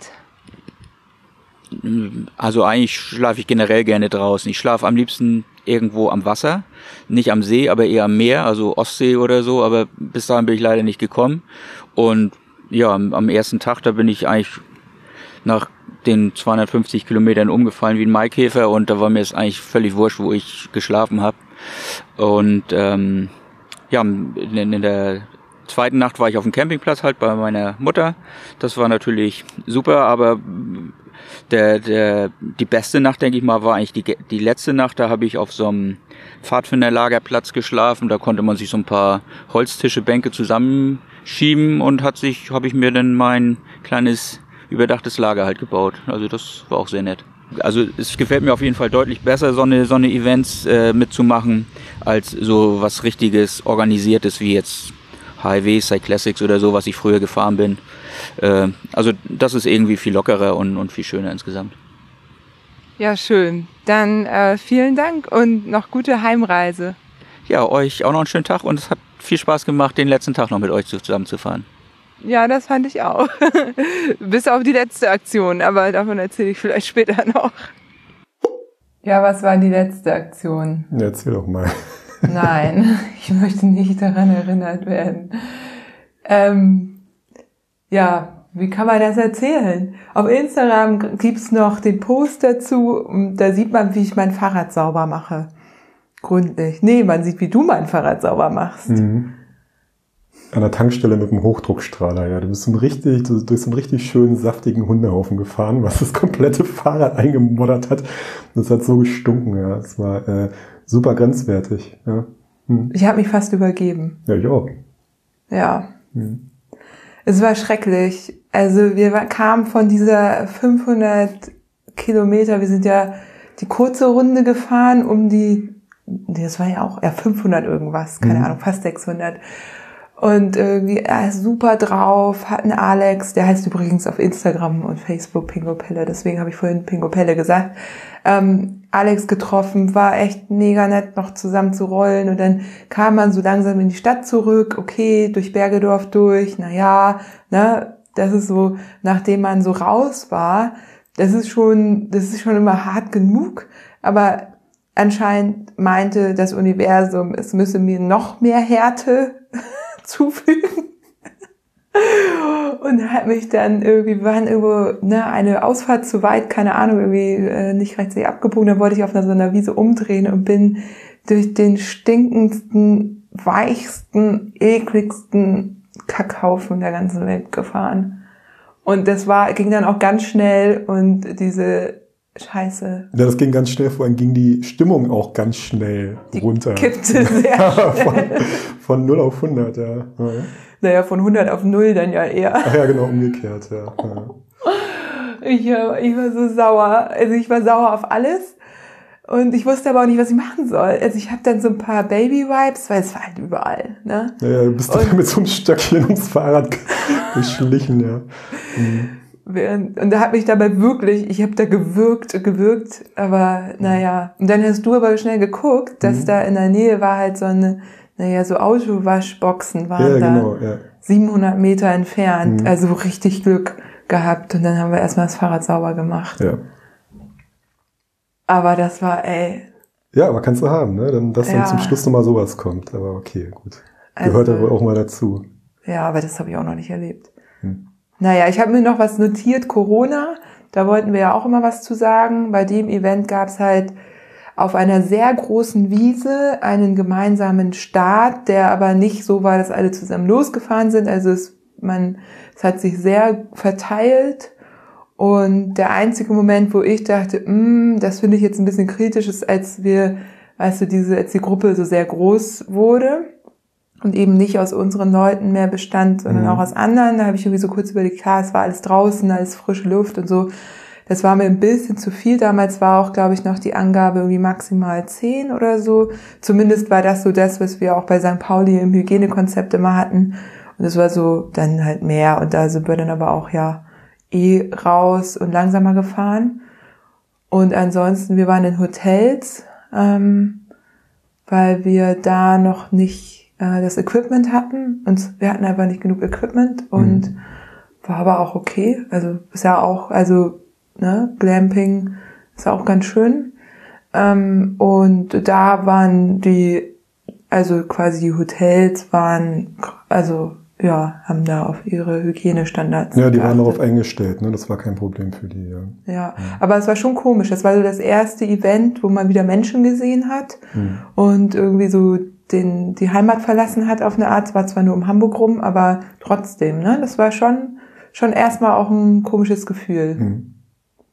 Also eigentlich schlafe ich generell gerne draußen. Ich schlafe am liebsten irgendwo am Wasser, nicht am See, aber eher am Meer, also Ostsee oder so, aber bis dahin bin ich leider nicht gekommen. Und ja, am ersten Tag, da bin ich eigentlich nach den zweihundertfünfzig Kilometern umgefallen wie ein Maikäfer und da war mir es eigentlich völlig wurscht, wo ich geschlafen habe. Und ähm, ja, in, in der zweiten Nacht war ich auf dem Campingplatz halt bei meiner Mutter. Das war natürlich super, aber der, der, die beste Nacht, denke ich mal, war eigentlich die, die letzte Nacht. Da habe ich auf so einem Pfadfinderlagerplatz geschlafen. Da konnte man sich so ein paar Holztische, Bänke zusammenschieben und hat sich, habe ich mir dann mein kleines überdachtes Lager halt gebaut. Also das war auch sehr nett. Also es gefällt mir auf jeden Fall deutlich besser, so eine, so eine Events äh, mitzumachen, als so was richtiges, organisiertes wie jetzt H I W, Cyclassics oder so, was ich früher gefahren bin. Äh, also das ist irgendwie viel lockerer und, und viel schöner insgesamt. Ja, schön. Dann äh, vielen Dank und noch gute Heimreise. Ja, euch auch noch einen schönen Tag und es hat viel Spaß gemacht, den letzten Tag noch mit euch zusammen zu fahren. Ja, das fand ich auch. Bis auf die letzte Aktion, aber davon erzähle ich vielleicht später noch. Ja, was war die letzte Aktion? Ja, erzähl doch mal. Nein, ich möchte nicht daran erinnert werden. Ähm, ja, wie kann man das erzählen? Auf Instagram gibt's noch den Post dazu und da sieht man, wie ich mein Fahrrad sauber mache. Gründlich. Nee, man sieht, wie du mein Fahrrad sauber machst. Mhm. An der Tankstelle mit einem Hochdruckstrahler, ja. Du bist so ein richtig, du, durch so einen richtig schönen, saftigen Hundehaufen gefahren, was das komplette Fahrrad eingemoddert hat. Das hat so gestunken, ja. Das war äh, super grenzwertig, ja. Hm. Ich habe mich fast übergeben. Ja, ich auch. Ja. Hm. Es war schrecklich. Also wir kamen von dieser fünfhundert Kilometer, wir sind ja die kurze Runde gefahren, um die, das war ja auch, ja fünfhundert irgendwas, keine hm. Ahnung, fast sechshundert. Und irgendwie äh, super drauf, hatten Alex, der heißt übrigens auf Instagram und Facebook Pingo Pelle, deswegen habe ich vorhin Pingo Pelle gesagt, ähm, Alex getroffen, war echt mega nett, noch zusammen zu rollen und dann kam man so langsam in die Stadt zurück, okay, durch Bergedorf durch, na ja, ne, das ist so, nachdem man so raus war, das ist schon, das ist schon immer hart genug, aber anscheinend meinte das Universum, es müsse mir noch mehr Härte zufügen. Und hat mich dann irgendwie, wir waren irgendwo, ne, eine Ausfahrt zu weit, keine Ahnung, irgendwie äh, nicht rechtzeitig abgebogen, dann wollte ich auf einer, so einer Wiese umdrehen und bin durch den stinkendsten, weichsten, ekligsten Kackhaufen der ganzen Welt gefahren. Und das war, ging dann auch ganz schnell und diese Scheiße. Ja, das ging ganz schnell, vor allem ging die Stimmung auch ganz schnell die runter. Kippte sehr von, von null auf hundert, ja. ja. Naja, von hundert auf null dann ja eher. Ach ja, genau, umgekehrt, ja. ja. Ich, ich war so sauer. Also ich war sauer auf alles. Und ich wusste aber auch nicht, was ich machen soll. Also ich habe dann so ein paar Baby-Vibes, weil es war halt überall, ne? Ja, du bist dann mit so einem Stöckchen ums Fahrrad geschlichen, ja. Mhm. Und da hat mich dabei wirklich, ich habe da gewürgt, gewürgt, aber naja. Und dann hast du aber schnell geguckt, dass mhm. da in der Nähe war halt so eine, naja, so Autowaschboxen waren ja, da genau, ja. siebenhundert Meter entfernt. Mhm. Also richtig Glück gehabt. Und dann haben wir erstmal das Fahrrad sauber gemacht. Ja. Aber das war, ey. Ja, aber kannst du haben, ne? Dann, dass ja. dann zum Schluss nochmal sowas kommt. Aber okay, gut. Gehört also, aber auch mal dazu. Ja, aber das habe ich auch noch nicht erlebt. Hm. Naja, ich habe mir noch was notiert, Corona, da wollten wir ja auch immer was zu sagen. Bei dem Event gab's halt auf einer sehr großen Wiese einen gemeinsamen Start, der aber nicht so war, dass alle zusammen losgefahren sind. Also es, man, es hat sich sehr verteilt. Und der einzige Moment, wo ich dachte, mh, das finde ich jetzt ein bisschen kritisch, ist, als wir, weißt du, diese, als die Gruppe so sehr groß wurde. Und eben nicht aus unseren Leuten mehr bestand, sondern mhm. auch aus anderen. Da habe ich irgendwie so kurz überlegt, klar, es war alles draußen, alles frische Luft und so. Das war mir ein bisschen zu viel. Damals war auch, glaube ich, noch die Angabe irgendwie maximal zehn oder so. Zumindest war das so das, was wir auch bei Sankt Pauli im Hygienekonzept immer hatten. Und es war so dann halt mehr. Und da sind wir dann aber auch ja eh raus und langsamer gefahren. Und ansonsten, wir waren in Hotels, ähm, weil wir da noch nicht das Equipment hatten und wir hatten einfach nicht genug Equipment und mhm. war aber auch okay. Also ist ja auch, also ne, Glamping ist auch ganz schön. Ähm, und da waren die, also quasi die Hotels waren, also ja, haben da auf ihre Hygienestandards Ja, die geachtet. Waren darauf eingestellt, ne? Das war kein Problem für die, ja. Ja, ja. Aber es war schon komisch. Das war so das erste Event, wo man wieder Menschen gesehen hat mhm. und irgendwie so den die Heimat verlassen hat auf eine Art. Es war zwar nur um Hamburg rum, aber trotzdem, ne? Das war schon schon erstmal auch ein komisches Gefühl. Mhm.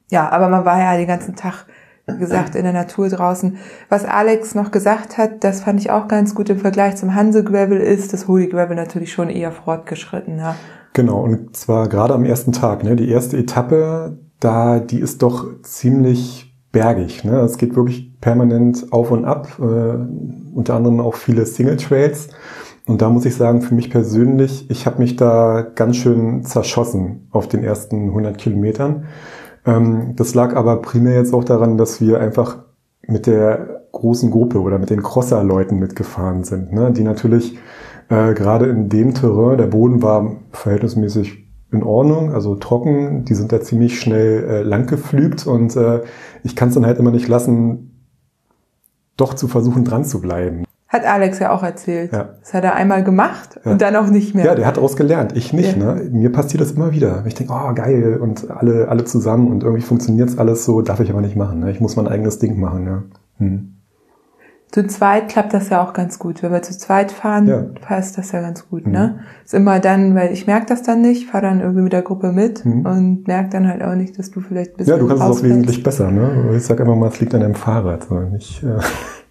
ja, aber man war ja den ganzen Tag, wie gesagt, in der Natur draußen. Was Alex noch gesagt hat, das fand ich auch ganz gut im Vergleich zum Hanse Gravel, ist das Holy Gravel natürlich schon eher fortgeschritten. Ja. Genau, und zwar gerade am ersten Tag. Ne? Die erste Etappe, da die ist doch ziemlich bergig. Ne? Es geht wirklich permanent auf und ab, äh, unter anderem auch viele Single Trails. Und da muss ich sagen, für mich persönlich, ich habe mich da ganz schön zerschossen auf den ersten hundert Kilometern. Ähm, das lag aber primär jetzt auch daran, dass wir einfach mit der großen Gruppe oder mit den Crosser-Leuten mitgefahren sind, ne? Die natürlich äh, gerade in dem Terrain, der Boden war verhältnismäßig in Ordnung, also trocken, die sind da ziemlich schnell äh, lang gepflügt und äh, ich kann es dann halt immer nicht lassen, doch zu versuchen dran zu bleiben. Hat Alex ja auch erzählt. Ja. Das hat er einmal gemacht ja. und dann auch nicht mehr. Ja, der hat daraus gelernt. Ich nicht. Ja. Ne? Mir passiert das immer wieder. Ich denke, oh geil und alle alle zusammen und irgendwie funktioniert's alles so, darf ich aber nicht machen. Ne? Ich muss mein eigenes Ding machen. Ja. Hm. Zu zweit klappt das ja auch ganz gut. Wenn wir zu zweit fahren, ja. passt das ja ganz gut. Mhm. Ne? Ist immer dann, weil ich merke das dann nicht, fahre dann irgendwie mit der Gruppe mit mhm. und merke dann halt auch nicht, dass du vielleicht ein bisschen Ja, du kannst ausfällst. es auch wesentlich besser. Ne? Ich sag einfach mal, es liegt an deinem Fahrrad. So. Ich, äh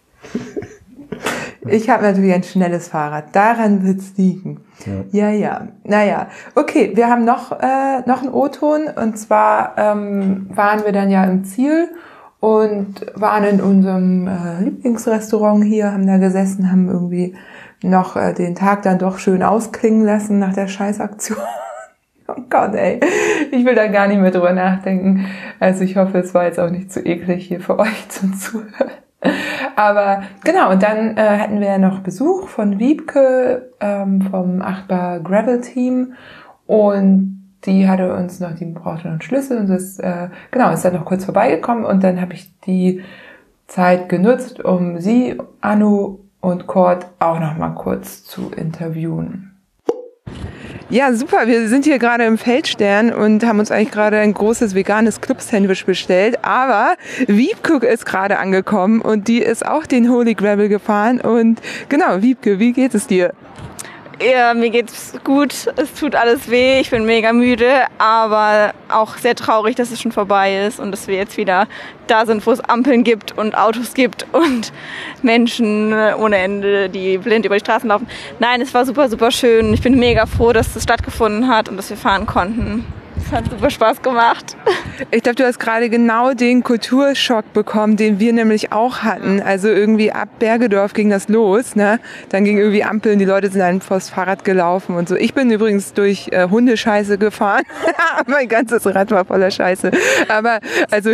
Ich habe natürlich ein schnelles Fahrrad. Daran wird's liegen. Ja, ja. ja. Naja, okay, wir haben noch äh, noch einen O-Ton. Und zwar ähm, waren wir dann ja im Ziel und waren in unserem äh, Lieblingsrestaurant hier, haben da gesessen, haben irgendwie noch äh, den Tag dann doch schön ausklingen lassen nach der Scheißaktion. Oh Gott, ey. Ich will da gar nicht mehr drüber nachdenken. Also ich hoffe, es war jetzt auch nicht zu eklig hier für euch zum Zuhören. Aber genau, und dann äh, hatten wir noch Besuch von Wiebke ähm, vom Achtbar Gravel Team und die hatte uns noch, die brauchte noch einen Schlüssel und das, äh, genau, ist dann noch kurz vorbeigekommen und dann habe ich die Zeit genutzt, um sie, Anu und Kurt auch noch mal kurz zu interviewen. Ja, super. Wir sind hier gerade im Feldstern und haben uns eigentlich gerade ein großes veganes Club-Sandwich bestellt. Aber Wiebke ist gerade angekommen und die ist auch den Holy Gravel gefahren. Und genau, Wiebke, wie geht es dir? Ja, mir geht's gut. Es tut alles weh. Ich bin mega müde, aber auch sehr traurig, dass es schon vorbei ist und dass wir jetzt wieder da sind, wo es Ampeln gibt und Autos gibt und Menschen ohne Ende, die blind über die Straßen laufen. Nein, es war super, super schön. Ich bin mega froh, dass es stattgefunden hat und dass wir fahren konnten. Es hat super Spaß gemacht. Ich glaube, du hast gerade genau den Kulturschock bekommen, den wir nämlich auch hatten. Also irgendwie ab Bergedorf ging das los, ne? Dann ging irgendwie Ampeln, die Leute sind dann vors Fahrrad gelaufen und so. Ich bin übrigens durch äh, Hundescheiße gefahren. Mein ganzes Rad war voller Scheiße. Aber also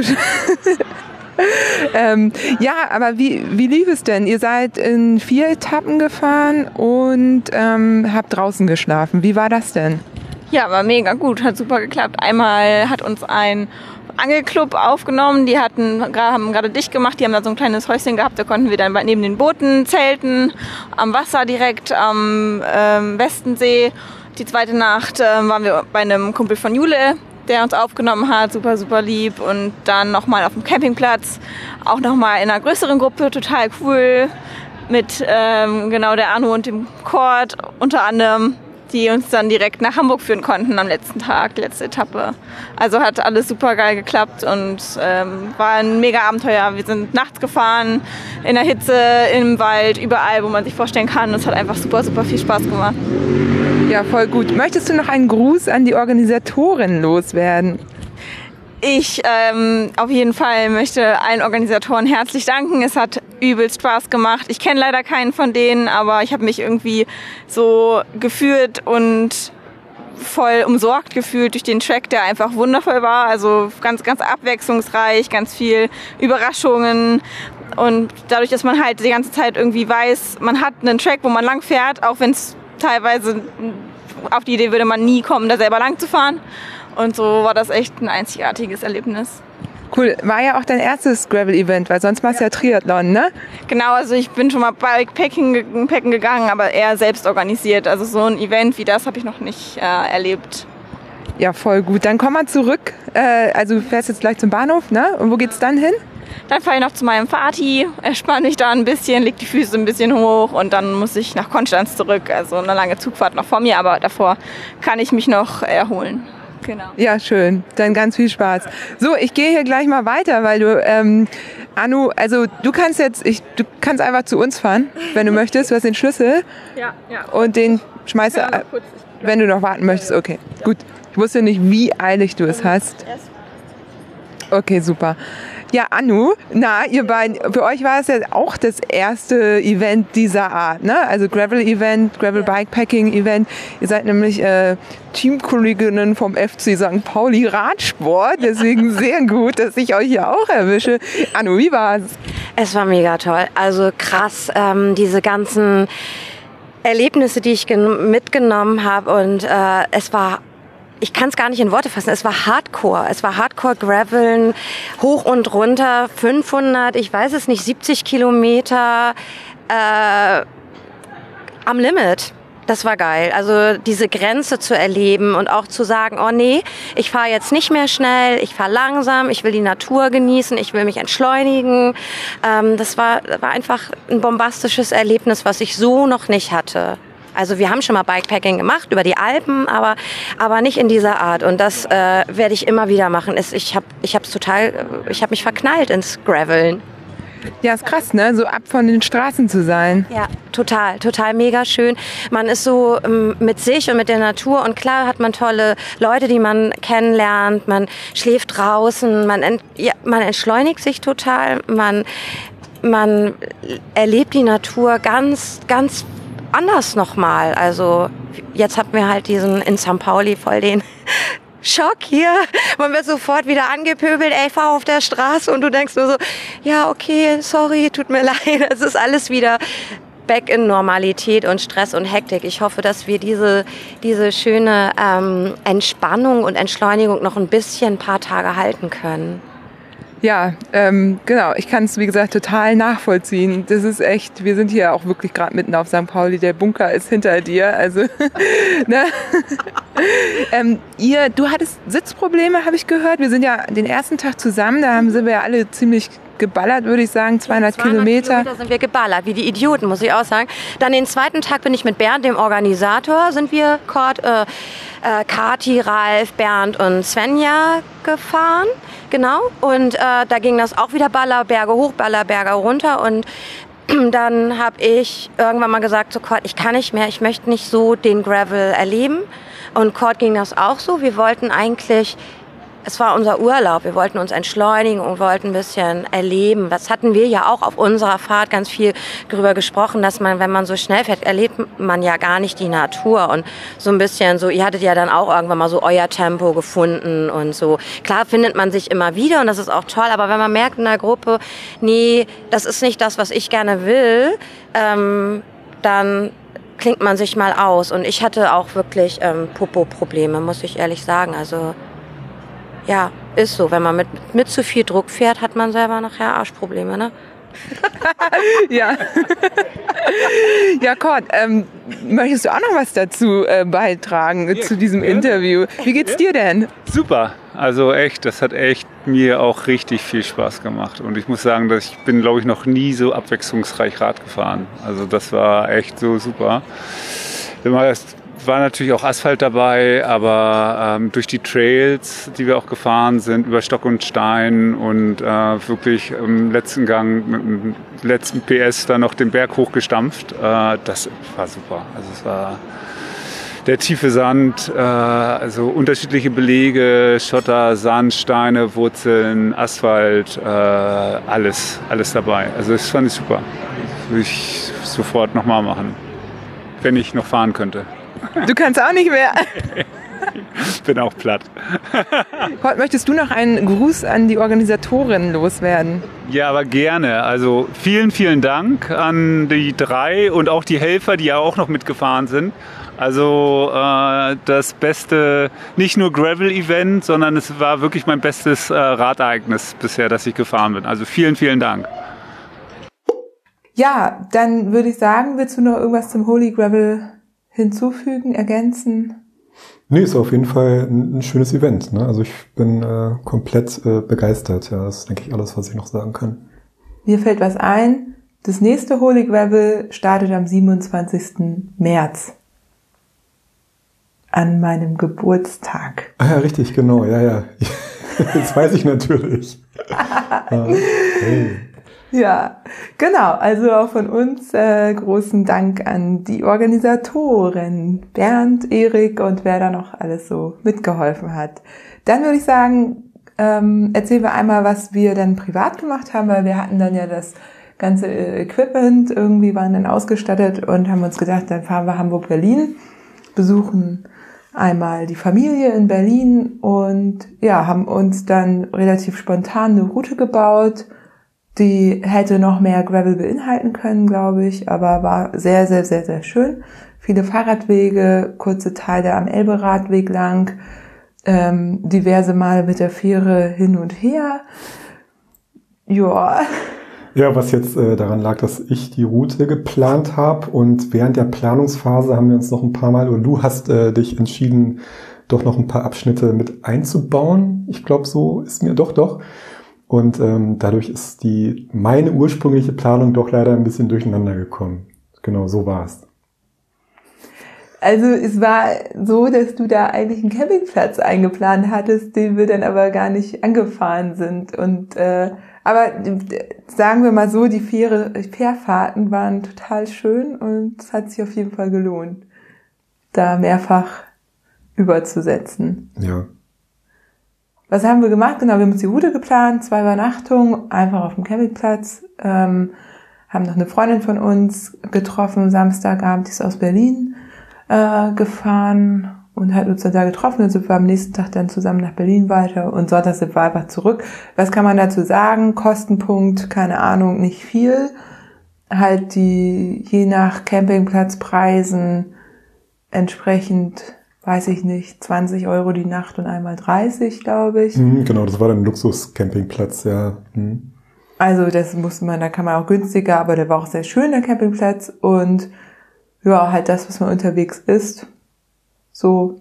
ähm, ja, aber wie, wie lief es denn? Ihr seid in vier Etappen gefahren und ähm, habt draußen geschlafen. Wie war das denn? Ja, war mega gut, hat super geklappt. Einmal hat uns ein Angelclub aufgenommen, die hatten, haben gerade dicht gemacht, die haben da so ein kleines Häuschen gehabt, da konnten wir dann neben den Booten zelten, am Wasser direkt, am ähm, Westensee. Die zweite Nacht äh, waren wir bei einem Kumpel von Jule, der uns aufgenommen hat, super, super lieb. Und dann nochmal auf dem Campingplatz, auch nochmal in einer größeren Gruppe, total cool, mit ähm, genau der Anu und dem Kurt unter anderem, die uns dann direkt nach Hamburg führen konnten am letzten Tag, die letzte Etappe. Also hat alles super geil geklappt und ähm, war ein mega Abenteuer. Wir sind nachts gefahren, in der Hitze, im Wald, überall, wo man sich vorstellen kann. Es hat einfach super, super viel Spaß gemacht. Ja, voll gut. Möchtest du noch einen Gruß an die Organisatorin loswerden? Ich ähm, auf jeden Fall möchte allen Organisatoren herzlich danken. Es hat übelst Spaß gemacht. Ich kenne leider keinen von denen, aber ich habe mich irgendwie so gefühlt und voll umsorgt gefühlt durch den Track, der einfach wundervoll war. Also ganz, ganz abwechslungsreich, ganz viel Überraschungen. Und dadurch, dass man halt die ganze Zeit irgendwie weiß, man hat einen Track, wo man lang fährt, auch wenn es teilweise auf die Idee würde man nie kommen, da selber lang zu fahren. Und so war das echt ein einzigartiges Erlebnis. Cool. War ja auch dein erstes Gravel-Event, weil sonst machst du ja Triathlon, ne? Genau, also ich bin schon mal Bikepacking Packen gegangen, aber eher selbst organisiert. Also so ein Event wie das habe ich noch nicht äh, erlebt. Ja, voll gut. Dann komm mal zurück. Äh, also du fährst jetzt gleich zum Bahnhof, ne? Und wo geht's dann hin? Dann fahre ich noch zu meinem Vati, entspanne mich da ein bisschen, leg die Füße ein bisschen hoch und dann muss ich nach Konstanz zurück. Also eine lange Zugfahrt noch vor mir, aber davor kann ich mich noch erholen. Genau. Ja, schön. Dann ganz viel Spaß. So, ich gehe hier gleich mal weiter, weil du, ähm, Anu, also du kannst jetzt, ich, du kannst einfach zu uns fahren, wenn du möchtest. Du hast den Schlüssel. Ja, ja. Und den schmeißt du, wenn du noch warten möchtest. Okay, gut. Ich wusste nicht, wie eilig du es hast. Okay, super. Ja, Anu, na, ihr beiden, für euch war es ja auch das erste Event dieser Art, ne? Also Gravel-Event, Gravel-Bikepacking-Event. Ihr seid nämlich äh, Teamkolleginnen vom F C Sankt Pauli Radsport, deswegen sehr gut, dass ich euch hier auch erwische. Anu, wie war's? Es war mega toll, also krass, ähm, diese ganzen Erlebnisse, die ich mitgenommen habe und äh, es war Ich kann es gar nicht in Worte fassen. Es war Hardcore. Es war Hardcore-Graveln, hoch und runter, fünfhundert, ich weiß es nicht, siebzig Kilometer äh, am Limit. Das war geil. Also diese Grenze zu erleben und auch zu sagen, oh nee, ich fahre jetzt nicht mehr schnell, ich fahre langsam, ich will die Natur genießen, ich will mich entschleunigen. Ähm, das war, war einfach ein bombastisches Erlebnis, was ich so noch nicht hatte. Also wir haben schon mal Bikepacking gemacht über die Alpen, aber aber nicht in dieser Art. Und das äh, werde ich immer wieder machen. Ich habe ich habe total, ich habe mich verknallt ins Graveln. Ja, ist krass, ne? So ab von den Straßen zu sein. Ja, total, total mega schön. Man ist so ähm, mit sich und mit der Natur und klar hat man tolle Leute, die man kennenlernt. Man schläft draußen, man ent, ja, man entschleunigt sich total. Man man erlebt die Natur ganz ganz anders nochmal. Also jetzt hatten wir halt diesen in Sankt Pauli voll den Schock hier. Man wird sofort wieder angepöbelt, ey, fahr auf der Straße und du denkst nur so, ja, okay, sorry, tut mir leid. Es ist alles wieder back in Normalität und Stress und Hektik. Ich hoffe, dass wir diese, diese schöne ähm, Entspannung und Entschleunigung noch ein bisschen, ein paar Tage halten können. Ja, ähm, genau. Ich kann es, wie gesagt, total nachvollziehen. Das ist echt, wir sind hier auch wirklich gerade mitten auf Sankt Pauli. Der Bunker ist hinter dir. Also, ne? ähm, ihr, du hattest Sitzprobleme, habe ich gehört. Wir sind ja den ersten Tag zusammen. Da haben, sind wir ja alle ziemlich geballert, würde ich sagen, zweihundert, zweihundert Kilometer. Kilometer sind wir geballert, wie die Idioten, muss ich auch sagen. Dann den zweiten Tag bin ich mit Bernd, dem Organisator, sind wir Kurt, äh, äh, Kati, Ralf, Bernd und Svenja gefahren. Genau. Und äh, da ging das auch wieder Ballerberge hoch, Ballerberge runter. Und dann habe ich irgendwann mal gesagt, so Kurt, ich kann nicht mehr, ich möchte nicht so den Gravel erleben. Und Kurt ging das auch so. Wir wollten eigentlich, es war unser Urlaub, wir wollten uns entschleunigen und wollten ein bisschen erleben. Das hatten wir ja auch auf unserer Fahrt ganz viel darüber gesprochen, dass man, wenn man so schnell fährt, erlebt man ja gar nicht die Natur. Und so ein bisschen so, ihr hattet ja dann auch irgendwann mal so euer Tempo gefunden und so. Klar findet man sich immer wieder und das ist auch toll, aber wenn man merkt in der Gruppe, nee, das ist nicht das, was ich gerne will, ähm, dann klingt man sich mal aus. Und ich hatte auch wirklich ähm, Popo-Probleme, muss ich ehrlich sagen. Also ja, ist so. Wenn man mit, mit zu viel Druck fährt, hat man selber nachher Arschprobleme, ne? Ja. Ja, Kurt, ähm, möchtest du auch noch was dazu äh, beitragen, ja, zu diesem gerne. Interview? Wie geht's dir denn? Super. Also echt, das hat echt mir auch richtig viel Spaß gemacht. Und ich muss sagen, dass ich bin, glaube ich, noch nie so abwechslungsreich Rad gefahren. Also das war echt so super. Es war natürlich auch Asphalt dabei, aber ähm, durch die Trails, die wir auch gefahren sind, über Stock und Stein und äh, wirklich im letzten Gang mit dem letzten P S dann noch den Berg hochgestampft, äh, das war super. Also es war der tiefe Sand, äh, also unterschiedliche Belege, Schotter, Sand, Steine, Wurzeln, Asphalt, äh, alles, alles dabei. Also das fand ich super. Das würde ich sofort nochmal machen, wenn ich noch fahren könnte. Du kannst auch nicht mehr. Ich bin auch platt. Kurt, möchtest du noch einen Gruß an die Organisatorin loswerden? Ja, aber gerne. Also vielen, vielen Dank an die drei und auch die Helfer, die ja auch noch mitgefahren sind. Also äh, das beste, nicht nur Gravel-Event, sondern es war wirklich mein bestes äh, Radereignis bisher, das ich gefahren bin. Also vielen, vielen Dank. Ja, dann würde ich sagen, willst du noch irgendwas zum Holy Gravel hinzufügen, ergänzen? Nee, ist auf jeden Fall ein, ein schönes Event, ne? Also ich bin äh, komplett äh, begeistert. Ja, das ist, denke ich, alles, was ich noch sagen kann. Mir fällt was ein. Das nächste Holy Gravel startet am siebenundzwanzigsten März. an meinem Geburtstag. Ah ja, richtig, genau, ja, ja. Das weiß ich natürlich. Ja, hey. Ja, genau. Also auch von uns äh, großen Dank an die Organisatoren, Bernd, Erik und wer da noch alles so mitgeholfen hat. Dann würde ich sagen, ähm, erzählen wir einmal, was wir dann privat gemacht haben, weil wir hatten dann ja das ganze Equipment, irgendwie waren dann ausgestattet und haben uns gedacht, dann fahren wir Hamburg-Berlin, besuchen einmal die Familie in Berlin und ja, haben uns dann relativ spontan eine Route gebaut. Die hätte noch mehr Gravel beinhalten können, glaube ich, aber war sehr, sehr, sehr, sehr schön. Viele Fahrradwege, kurze Teile am Elbe-Radweg lang, ähm, diverse Male mit der Fähre hin und her. Ja. Ja, was jetzt äh, daran lag, dass ich die Route geplant habe und während der Planungsphase haben wir uns noch ein paar Mal, oder du hast äh, dich entschieden, doch noch ein paar Abschnitte mit einzubauen. Ich glaube, so ist mir doch, doch. Und ähm, dadurch ist die meine ursprüngliche Planung doch leider ein bisschen durcheinander gekommen. Genau, so war es. Also es war so, dass du da eigentlich einen Campingplatz eingeplant hattest, den wir dann aber gar nicht angefahren sind. Und äh, aber sagen wir mal so, die Fähre, Fährfahrten waren total schön und es hat sich auf jeden Fall gelohnt, da mehrfach überzusetzen. Ja. Was haben wir gemacht? Genau, wir haben uns die Route geplant, zwei Übernachtungen, einfach auf dem Campingplatz, ähm, haben noch eine Freundin von uns getroffen, Samstagabend, die ist aus Berlin äh, gefahren und hat uns dann da getroffen. Dann sind wir am nächsten Tag dann zusammen nach Berlin weiter und Sonntag sind wir einfach zurück. Was kann man dazu sagen? Kostenpunkt, keine Ahnung, nicht viel. Halt die, je nach Campingplatzpreisen entsprechend, weiß ich nicht, zwanzig Euro die Nacht und einmal dreißig, glaube ich. Mhm, genau, das war dann ein Luxus-Campingplatz, ja. Mhm. Also das musste man, da kann man auch günstiger, aber der war auch sehr schön, der Campingplatz. Und ja, halt das, was man unterwegs isst. So.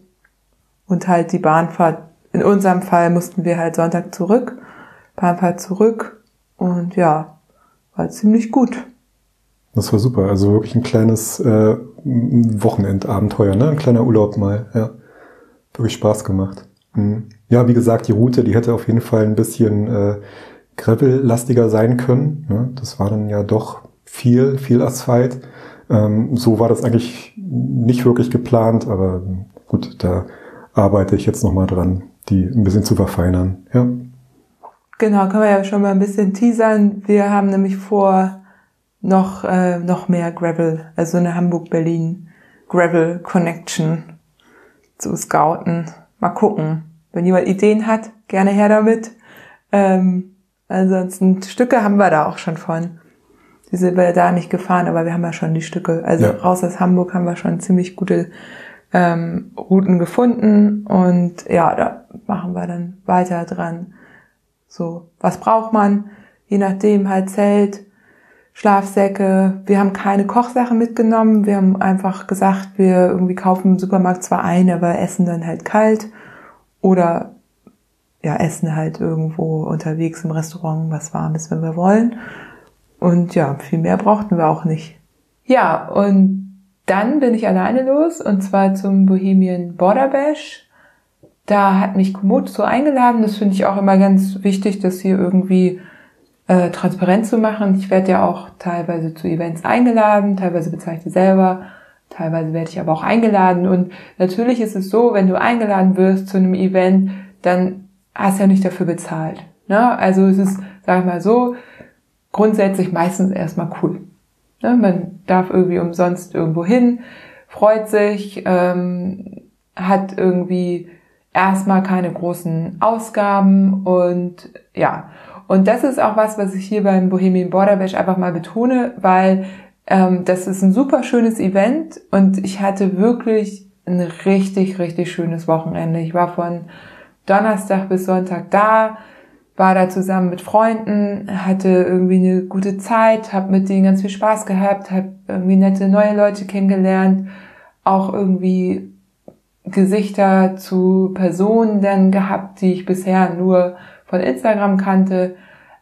Und halt die Bahnfahrt. In unserem Fall mussten wir halt Sonntag zurück. Bahnfahrt zurück. Und ja, war ziemlich gut. Das war super. Also wirklich ein kleines äh, Wochenendabenteuer, ne? Ein kleiner Urlaub mal. Ja, wirklich Spaß gemacht. Mhm. Ja, wie gesagt, die Route, die hätte auf jeden Fall ein bisschen äh, gravel-lastiger sein können. Ne? Das war dann ja doch viel, viel Asphalt. Ähm, so war das eigentlich nicht wirklich geplant, aber gut, da arbeite ich jetzt nochmal dran, die ein bisschen zu verfeinern. Ja. Genau, können wir ja schon mal ein bisschen teasern. Wir haben nämlich vor, noch äh, noch mehr Gravel, also eine Hamburg-Berlin Gravel Connection zu scouten. Mal gucken. Wenn jemand Ideen hat, gerne her damit. Ähm, ansonsten Stücke haben wir da auch schon von. Die sind wir da nicht gefahren, aber wir haben ja schon die Stücke. Also ja. Raus aus Hamburg haben wir schon ziemlich gute ähm, Routen gefunden und ja, da machen wir dann weiter dran. So, was braucht man? Je nachdem halt Zelt, Schlafsäcke. Wir haben keine Kochsachen mitgenommen. Wir haben einfach gesagt, wir irgendwie kaufen im Supermarkt zwar ein, aber essen dann halt kalt oder ja, essen halt irgendwo unterwegs im Restaurant was Warmes, wenn wir wollen. Und ja, viel mehr brauchten wir auch nicht. Ja, und dann bin ich alleine los und zwar zum Bohemian Border Bash. Da hat mich Komoot so eingeladen. Das finde ich auch immer ganz wichtig, das hier irgendwie äh, transparent zu machen. Ich werde ja auch teilweise zu Events eingeladen, teilweise bezahle ich die selber, teilweise werde ich aber auch eingeladen. Und natürlich ist es so, wenn du eingeladen wirst zu einem Event, dann hast du ja nicht dafür bezahlt. Ne? Also es ist, sag ich mal so, grundsätzlich meistens erstmal cool. Ne? Man darf irgendwie umsonst irgendwo hin, freut sich, ähm, hat irgendwie erstmal keine großen Ausgaben und ja. Und das ist auch was, was ich hier beim Bohemian Border Bash einfach mal betone, weil ähm, das ist ein super schönes Event und ich hatte wirklich ein richtig, richtig schönes Wochenende. Ich war von Donnerstag bis Sonntag da, war da zusammen mit Freunden, hatte irgendwie eine gute Zeit, habe mit denen ganz viel Spaß gehabt, habe irgendwie nette neue Leute kennengelernt, auch irgendwie Gesichter zu Personen dann gehabt, die ich bisher nur von Instagram kannte.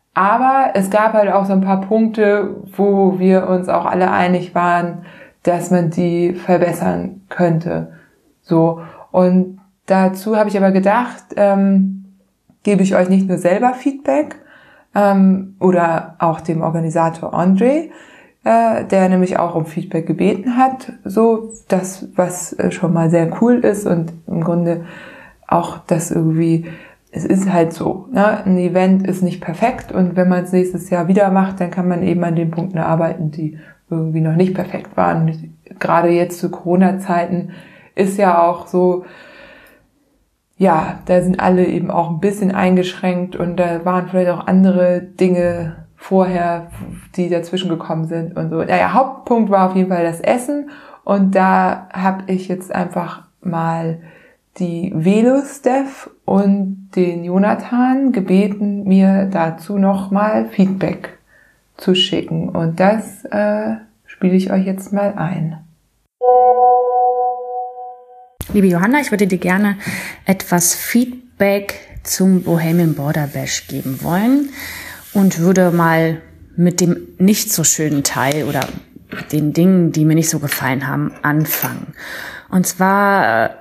Aber es gab halt auch so ein paar Punkte, wo wir uns auch alle einig waren, dass man die verbessern könnte. So. Und dazu habe ich aber gedacht, ähm, gebe ich euch nicht nur selber Feedback ähm, oder auch dem Organisator André, äh, der nämlich auch um Feedback gebeten hat, so das, was äh, schon mal sehr cool ist und im Grunde auch das irgendwie, es ist halt so, ne? Ein Event ist nicht perfekt und wenn man es nächstes Jahr wieder macht, dann kann man eben an den Punkten arbeiten, die irgendwie noch nicht perfekt waren. Gerade jetzt zu Corona-Zeiten ist ja auch so, ja, da sind alle eben auch ein bisschen eingeschränkt und da waren vielleicht auch andere Dinge vorher, die dazwischen gekommen sind und so. Naja, Hauptpunkt war auf jeden Fall das Essen und da habe ich jetzt einfach mal die Velo-Steph und den Jonathan gebeten, mir dazu nochmal Feedback zu schicken und das äh, spiele ich euch jetzt mal ein. Liebe Johanna, ich würde dir gerne etwas Feedback zum Bohemian Border Bash geben wollen und würde mal mit dem nicht so schönen Teil oder den Dingen, die mir nicht so gefallen haben, anfangen. Und zwar,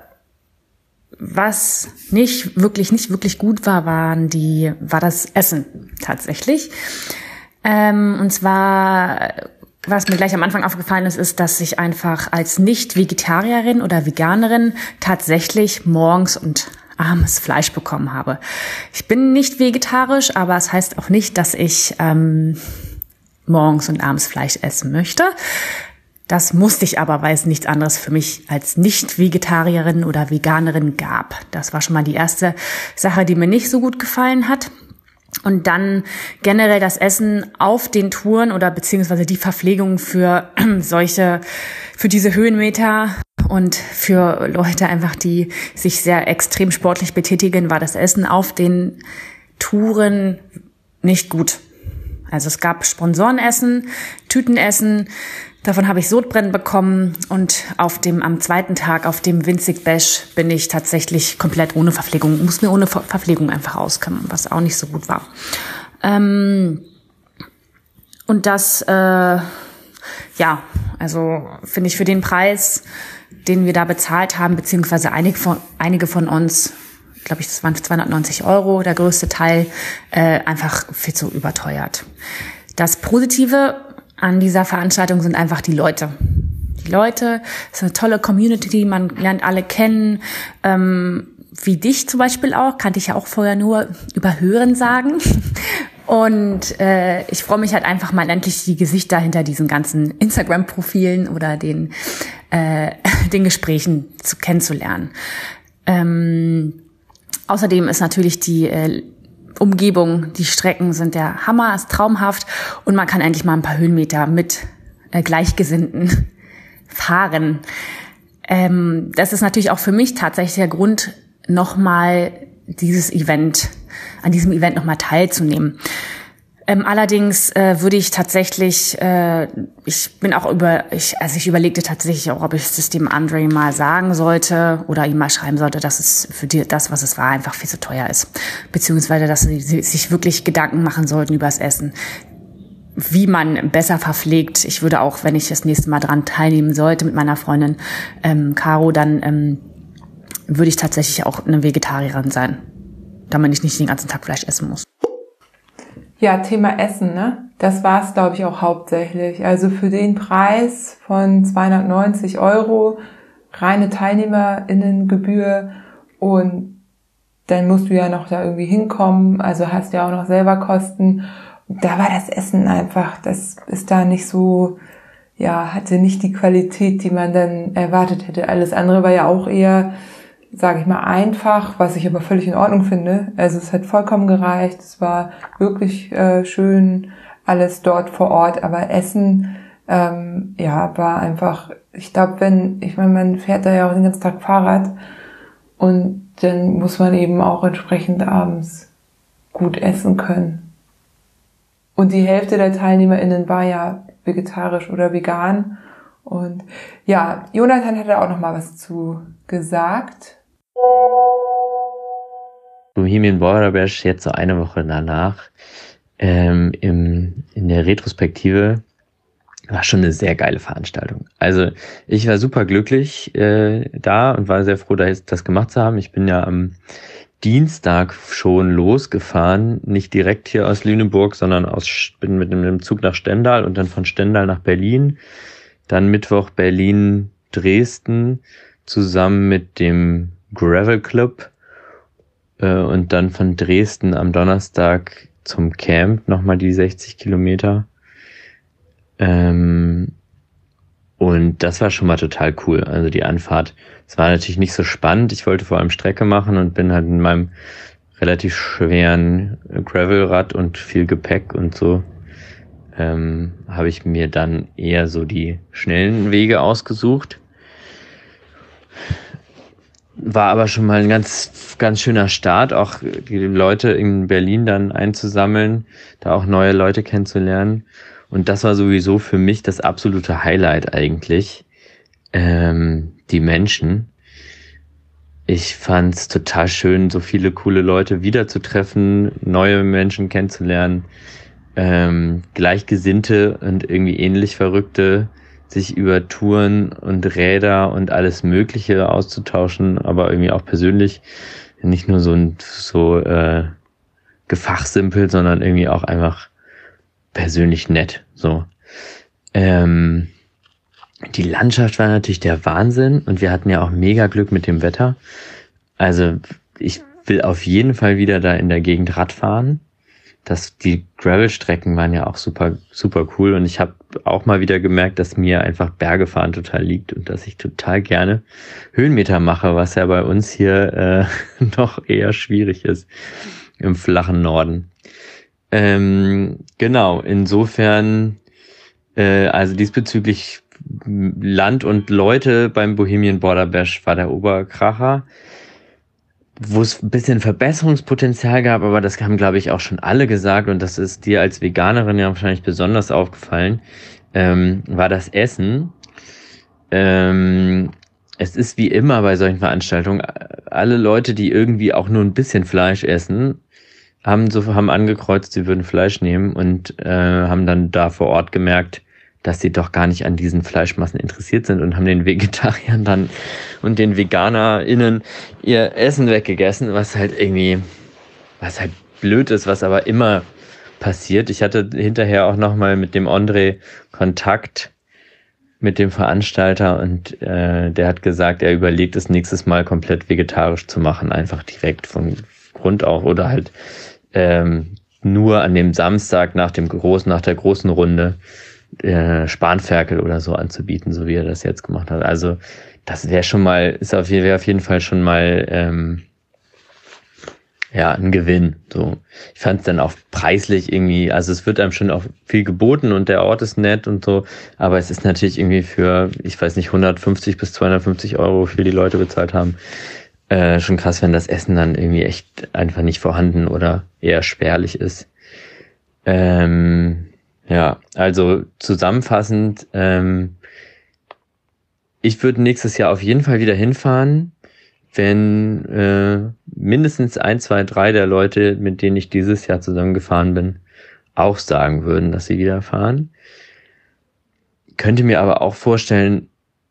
was nicht wirklich, nicht wirklich gut war, waren die, war das Essen tatsächlich. Ähm, und zwar, was mir gleich am Anfang aufgefallen ist, ist, dass ich einfach als Nicht-Vegetarierin oder Veganerin tatsächlich morgens und abends Fleisch bekommen habe. Ich bin nicht vegetarisch, aber es heißt auch nicht, dass ich ähm, morgens und abends Fleisch essen möchte. Das musste ich aber, weil es nichts anderes für mich als Nicht-Vegetarierin oder Veganerin gab. Das war schon mal die erste Sache, die mir nicht so gut gefallen hat. Und dann generell das Essen auf den Touren oder beziehungsweise die Verpflegung für solche, für diese Höhenmeter und für Leute einfach, die sich sehr extrem sportlich betätigen, war das Essen auf den Touren nicht gut. Also es gab Sponsorenessen, Tütenessen, davon habe ich Sodbrennen bekommen und auf dem, am zweiten Tag, auf dem Winzig Bash, bin ich tatsächlich komplett ohne Verpflegung, musste mir ohne Ver- Verpflegung einfach auskommen, was auch nicht so gut war. Ähm, und das, äh, ja, also finde ich für den Preis, den wir da bezahlt haben, beziehungsweise einige von, einige von uns, glaube ich, das waren zweihundertneunzig Euro, der größte Teil, äh, einfach viel zu überteuert. Das Positive an dieser Veranstaltung sind einfach die Leute. Die Leute, es ist eine tolle Community, man lernt alle kennen, ähm, wie dich zum Beispiel auch, kannte ich ja auch vorher nur über Hören sagen. Und äh, ich freue mich halt einfach mal endlich die Gesichter hinter diesen ganzen Instagram-Profilen oder den äh, den Gesprächen zu kennenzulernen. Ähm, außerdem ist natürlich die äh, Umgebung, die Strecken sind der Hammer, ist traumhaft und man kann endlich mal ein paar Höhenmeter mit äh, Gleichgesinnten fahren. Ähm, das ist natürlich auch für mich tatsächlich der Grund, nochmal dieses Event, an diesem Event nochmal teilzunehmen. Ähm, allerdings äh, würde ich tatsächlich, äh, ich bin auch über, ich, also ich überlegte tatsächlich auch, ob ich es dem André mal sagen sollte oder ihm mal schreiben sollte, dass es für die, das, was es war, einfach viel zu teuer ist. Beziehungsweise, dass sie sich wirklich Gedanken machen sollten über das Essen, wie man besser verpflegt. Ich würde auch, wenn ich das nächste Mal dran teilnehmen sollte mit meiner Freundin ähm, Caro, dann ähm, würde ich tatsächlich auch eine Vegetarierin sein, damit ich nicht den ganzen Tag Fleisch essen muss. Ja, Thema Essen, ne? Das war es, glaube ich, auch hauptsächlich. Also für den Preis von zweihundertneunzig Euro, reine TeilnehmerInnengebühr und dann musst du ja noch da irgendwie hinkommen, also hast ja auch noch selber Kosten. Und da war das Essen einfach, das ist da nicht so, ja, hatte nicht die Qualität, die man dann erwartet hätte. Alles andere war ja auch eher, sage ich mal, einfach, was ich aber völlig in Ordnung finde. Also es hat vollkommen gereicht, es war wirklich äh, schön, alles dort vor Ort, aber Essen, ähm, ja, war einfach, ich glaube, wenn, ich meine, man fährt da ja auch den ganzen Tag Fahrrad und dann muss man eben auch entsprechend abends gut essen können. Und die Hälfte der TeilnehmerInnen war ja vegetarisch oder vegan. Und ja, Jonathan hat da auch noch mal was zu gesagt. Bohemian Border Bash jetzt so eine Woche danach ähm, im, in der Retrospektive war schon eine sehr geile Veranstaltung. Also ich war super glücklich äh, da und war sehr froh, das gemacht zu haben. Ich bin ja am Dienstag schon losgefahren, nicht direkt hier aus Lüneburg, sondern aus bin mit einem Zug nach Stendal und dann von Stendal nach Berlin. Dann Mittwoch Berlin, Dresden zusammen mit dem Gravel Club äh, und dann von Dresden am Donnerstag zum Camp nochmal die sechzig Kilometer. Ähm, und das war schon mal total cool. Also die Anfahrt, es war natürlich nicht so spannend. Ich wollte vor allem Strecke machen und bin halt in meinem relativ schweren Gravelrad und viel Gepäck und so, ähm, habe ich mir dann eher so die schnellen Wege ausgesucht. War aber schon mal ein ganz, ganz schöner Start, auch die Leute in Berlin dann einzusammeln, da auch neue Leute kennenzulernen. Und das war sowieso für mich das absolute Highlight eigentlich, ähm, die Menschen. Ich fand's total schön, so viele coole Leute wiederzutreffen, neue Menschen kennenzulernen, ähm, Gleichgesinnte und irgendwie ähnlich Verrückte, sich über Touren und Räder und alles Mögliche auszutauschen, aber irgendwie auch persönlich, nicht nur so ein so äh, gefachsimpelt, sondern irgendwie auch einfach persönlich nett. So. Ähm, die Landschaft war natürlich der Wahnsinn und wir hatten ja auch mega Glück mit dem Wetter. Also ich will auf jeden Fall wieder da in der Gegend Rad fahren. Das, die Gravel-Strecken waren ja auch super, super cool und ich habe auch mal wieder gemerkt, dass mir einfach Bergefahren total liegt und dass ich total gerne Höhenmeter mache, was ja bei uns hier äh, noch eher schwierig ist im flachen Norden. Ähm, genau, insofern, äh, also diesbezüglich Land und Leute beim Bohemian Border Bash war der Oberkracher, wo es ein bisschen Verbesserungspotenzial gab, aber das haben, glaube ich, auch schon alle gesagt und das ist dir als Veganerin ja wahrscheinlich besonders aufgefallen, ähm, war das Essen. Ähm, es ist wie immer bei solchen Veranstaltungen, alle Leute, die irgendwie auch nur ein bisschen Fleisch essen, haben so haben angekreuzt, sie würden Fleisch nehmen und äh, haben dann da vor Ort gemerkt, dass sie doch gar nicht an diesen Fleischmassen interessiert sind und haben den Vegetariern dann und den VeganerInnen ihr Essen weggegessen, was halt irgendwie, was halt blöd ist, was aber immer passiert. Ich hatte hinterher auch nochmal mit dem André Kontakt mit dem Veranstalter und äh, der hat gesagt, er überlegt es nächstes Mal komplett vegetarisch zu machen, einfach direkt von Grund auf oder halt ähm, nur an dem Samstag nach dem großen, nach der großen Runde äh, Spanferkel oder so anzubieten, so wie er das jetzt gemacht hat. Also das wäre schon mal, ist auf, wäre auf jeden Fall schon mal ähm, ja ein Gewinn. So, ich fand es dann auch preislich irgendwie, also es wird einem schon auch viel geboten und der Ort ist nett und so, aber es ist natürlich irgendwie für, ich weiß nicht, hundertfünfzig bis zweihundertfünfzig Euro, für die Leute bezahlt haben. Äh, schon krass, wenn das Essen dann irgendwie echt einfach nicht vorhanden oder eher spärlich ist. Ähm, ja, also zusammenfassend, ähm, ich würde nächstes Jahr auf jeden Fall wieder hinfahren, wenn äh, mindestens ein, zwei, drei der Leute, mit denen ich dieses Jahr zusammengefahren bin, auch sagen würden, dass sie wieder fahren. Könnte mir aber auch vorstellen,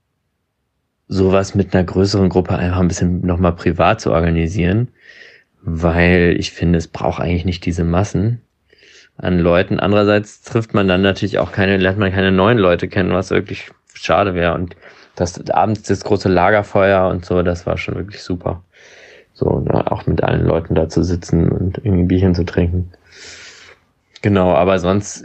sowas mit einer größeren Gruppe einfach ein bisschen nochmal privat zu organisieren, weil ich finde, es braucht eigentlich nicht diese Massen an Leuten. Andererseits trifft man dann natürlich auch keine, lernt man keine neuen Leute kennen, was wirklich schade wäre. Und das abends das große Lagerfeuer und so, das war schon wirklich super. So, ja, auch mit allen Leuten da zu sitzen und irgendwie ein Bierchen zu trinken. Genau, aber sonst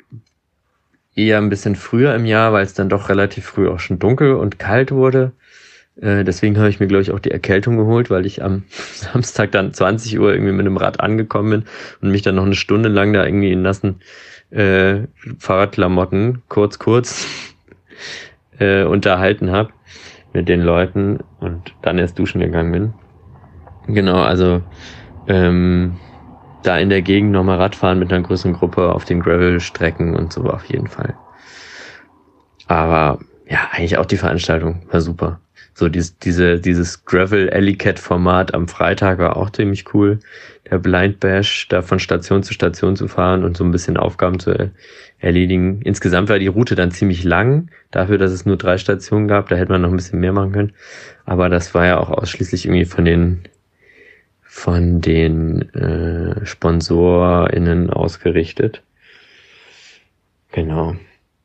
eher ein bisschen früher im Jahr, weil es dann doch relativ früh auch schon dunkel und kalt wurde. Äh, deswegen habe ich mir, glaube ich, auch die Erkältung geholt, weil ich am Samstag dann zwanzig Uhr irgendwie mit dem Rad angekommen bin und mich dann noch eine Stunde lang da irgendwie in nassen äh, Fahrradklamotten, kurz, kurz, äh, unterhalten habe mit den Leuten und dann erst duschen gegangen bin. Genau, also ähm, da in der Gegend nochmal Radfahren mit einer größeren Gruppe auf den Gravel-Strecken und so auf jeden Fall. Aber ja, eigentlich auch die Veranstaltung war super. So dies, diese, dieses Gravel Alley Cat Format am Freitag war auch ziemlich cool. Der Blind Bash, da von Station zu Station zu fahren und so ein bisschen Aufgaben zu erledigen. Insgesamt war die Route dann ziemlich lang, dafür, dass es nur drei Stationen gab. Da hätte man noch ein bisschen mehr machen können. Aber das war ja auch ausschließlich irgendwie von den von den äh, SponsorInnen ausgerichtet. Genau.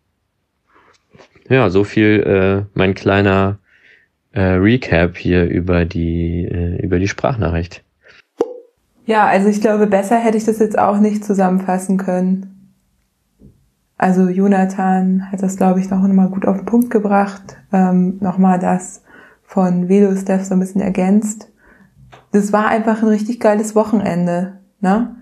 Ja, so viel äh, mein kleiner äh, Recap hier über die äh, über die Sprachnachricht. Ja, also ich glaube, besser hätte ich das jetzt auch nicht zusammenfassen können. Also Jonathan hat das, glaube ich, noch mal gut auf den Punkt gebracht. Ähm, nochmal das von VeloSteff so ein bisschen ergänzt. Das war einfach ein richtig geiles Wochenende, ne?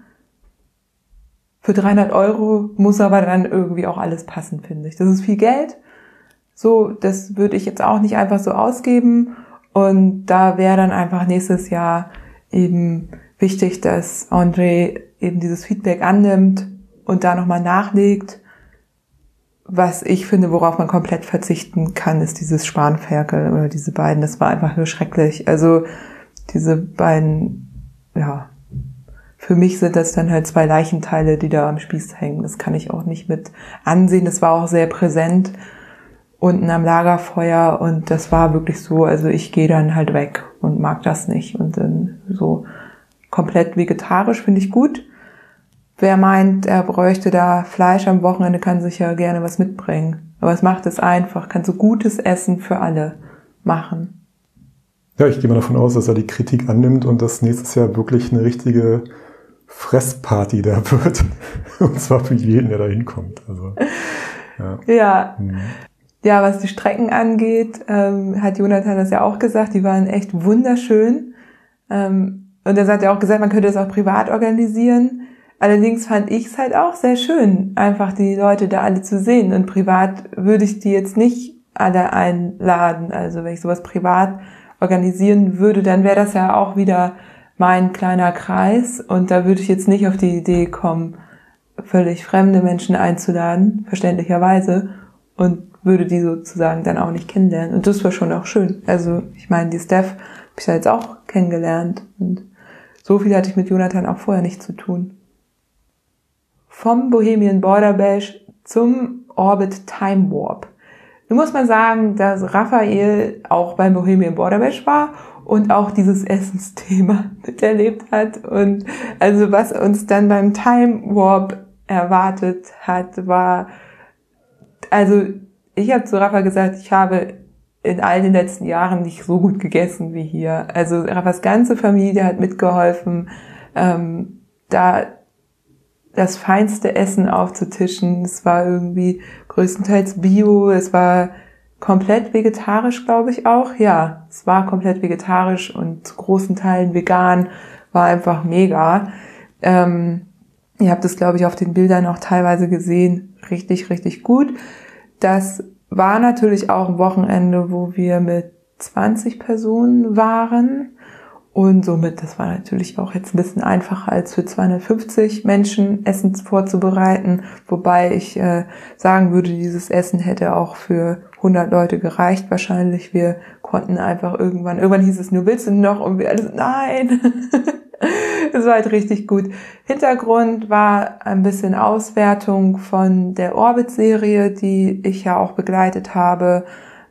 Für dreihundert Euro muss aber dann irgendwie auch alles passen, finde ich. Das ist viel Geld. So, das würde ich jetzt auch nicht einfach so ausgeben. Und da wäre dann einfach nächstes Jahr eben wichtig, dass André eben dieses Feedback annimmt und da nochmal nachlegt. Was ich finde, worauf man komplett verzichten kann, ist dieses Spanferkel oder diese beiden. Das war einfach nur schrecklich. Also diese beiden, ja, für mich sind das dann halt zwei Leichenteile, die da am Spieß hängen. Das kann ich auch nicht mit ansehen. Das war auch sehr präsent unten am Lagerfeuer und das war wirklich so, also ich gehe dann halt weg und mag das nicht. Und dann so komplett vegetarisch finde ich gut. Wer meint, er bräuchte da Fleisch am Wochenende, kann sich ja gerne was mitbringen. Aber es macht es einfach, kann so gutes Essen für alle machen. Ja, ich gehe mal davon aus, dass er die Kritik annimmt und dass nächstes Jahr wirklich eine richtige Fressparty da wird. Und zwar für jeden, der da hinkommt. Also, ja. Ja. Hm. Ja, was die Strecken angeht, ähm, hat Jonathan das ja auch gesagt, die waren echt wunderschön. Ähm, und er hat ja auch gesagt, man könnte das auch privat organisieren. Allerdings fand ich es halt auch sehr schön, einfach die Leute da alle zu sehen. Und privat würde ich die jetzt nicht alle einladen. Also wenn ich sowas privat organisieren würde, dann wäre das ja auch wieder mein kleiner Kreis und da würde ich jetzt nicht auf die Idee kommen, völlig fremde Menschen einzuladen, verständlicherweise, und würde die sozusagen dann auch nicht kennenlernen. Und das war schon auch schön. Also ich meine, die Steph habe ich ja jetzt auch kennengelernt und so viel hatte ich mit Jonathan auch vorher nicht zu tun. Vom Bohemian Border Bash zum Orbit Time Warp. Nun muss man sagen, dass Raphael auch beim Bohemian Border Bash war und auch dieses Essensthema miterlebt hat. Und also was uns dann beim Time Warp erwartet hat, war, also ich habe zu Rafa gesagt, ich habe in all den letzten Jahren nicht so gut gegessen wie hier. Also Rafas ganze Familie hat mitgeholfen, ähm, da das feinste Essen aufzutischen. Es war irgendwie größtenteils Bio, es war komplett vegetarisch, glaube ich auch. Ja, es war komplett vegetarisch und zu großen Teilen vegan, war einfach mega. Ähm, ihr habt es, glaube ich, auf den Bildern auch teilweise gesehen. Richtig, richtig gut. Das war natürlich auch ein Wochenende, wo wir mit zwanzig Personen waren. Und somit, das war natürlich auch jetzt ein bisschen einfacher als für zweihundertfünfzig Menschen Essen vorzubereiten. Wobei ich äh, sagen würde, dieses Essen hätte auch für hundert Leute gereicht wahrscheinlich. Wir konnten einfach irgendwann, irgendwann hieß es nur, willst du noch? Und wir alle so, nein. Es war halt richtig gut. Hintergrund war ein bisschen Auswertung von der Orbit-Serie, die ich ja auch begleitet habe.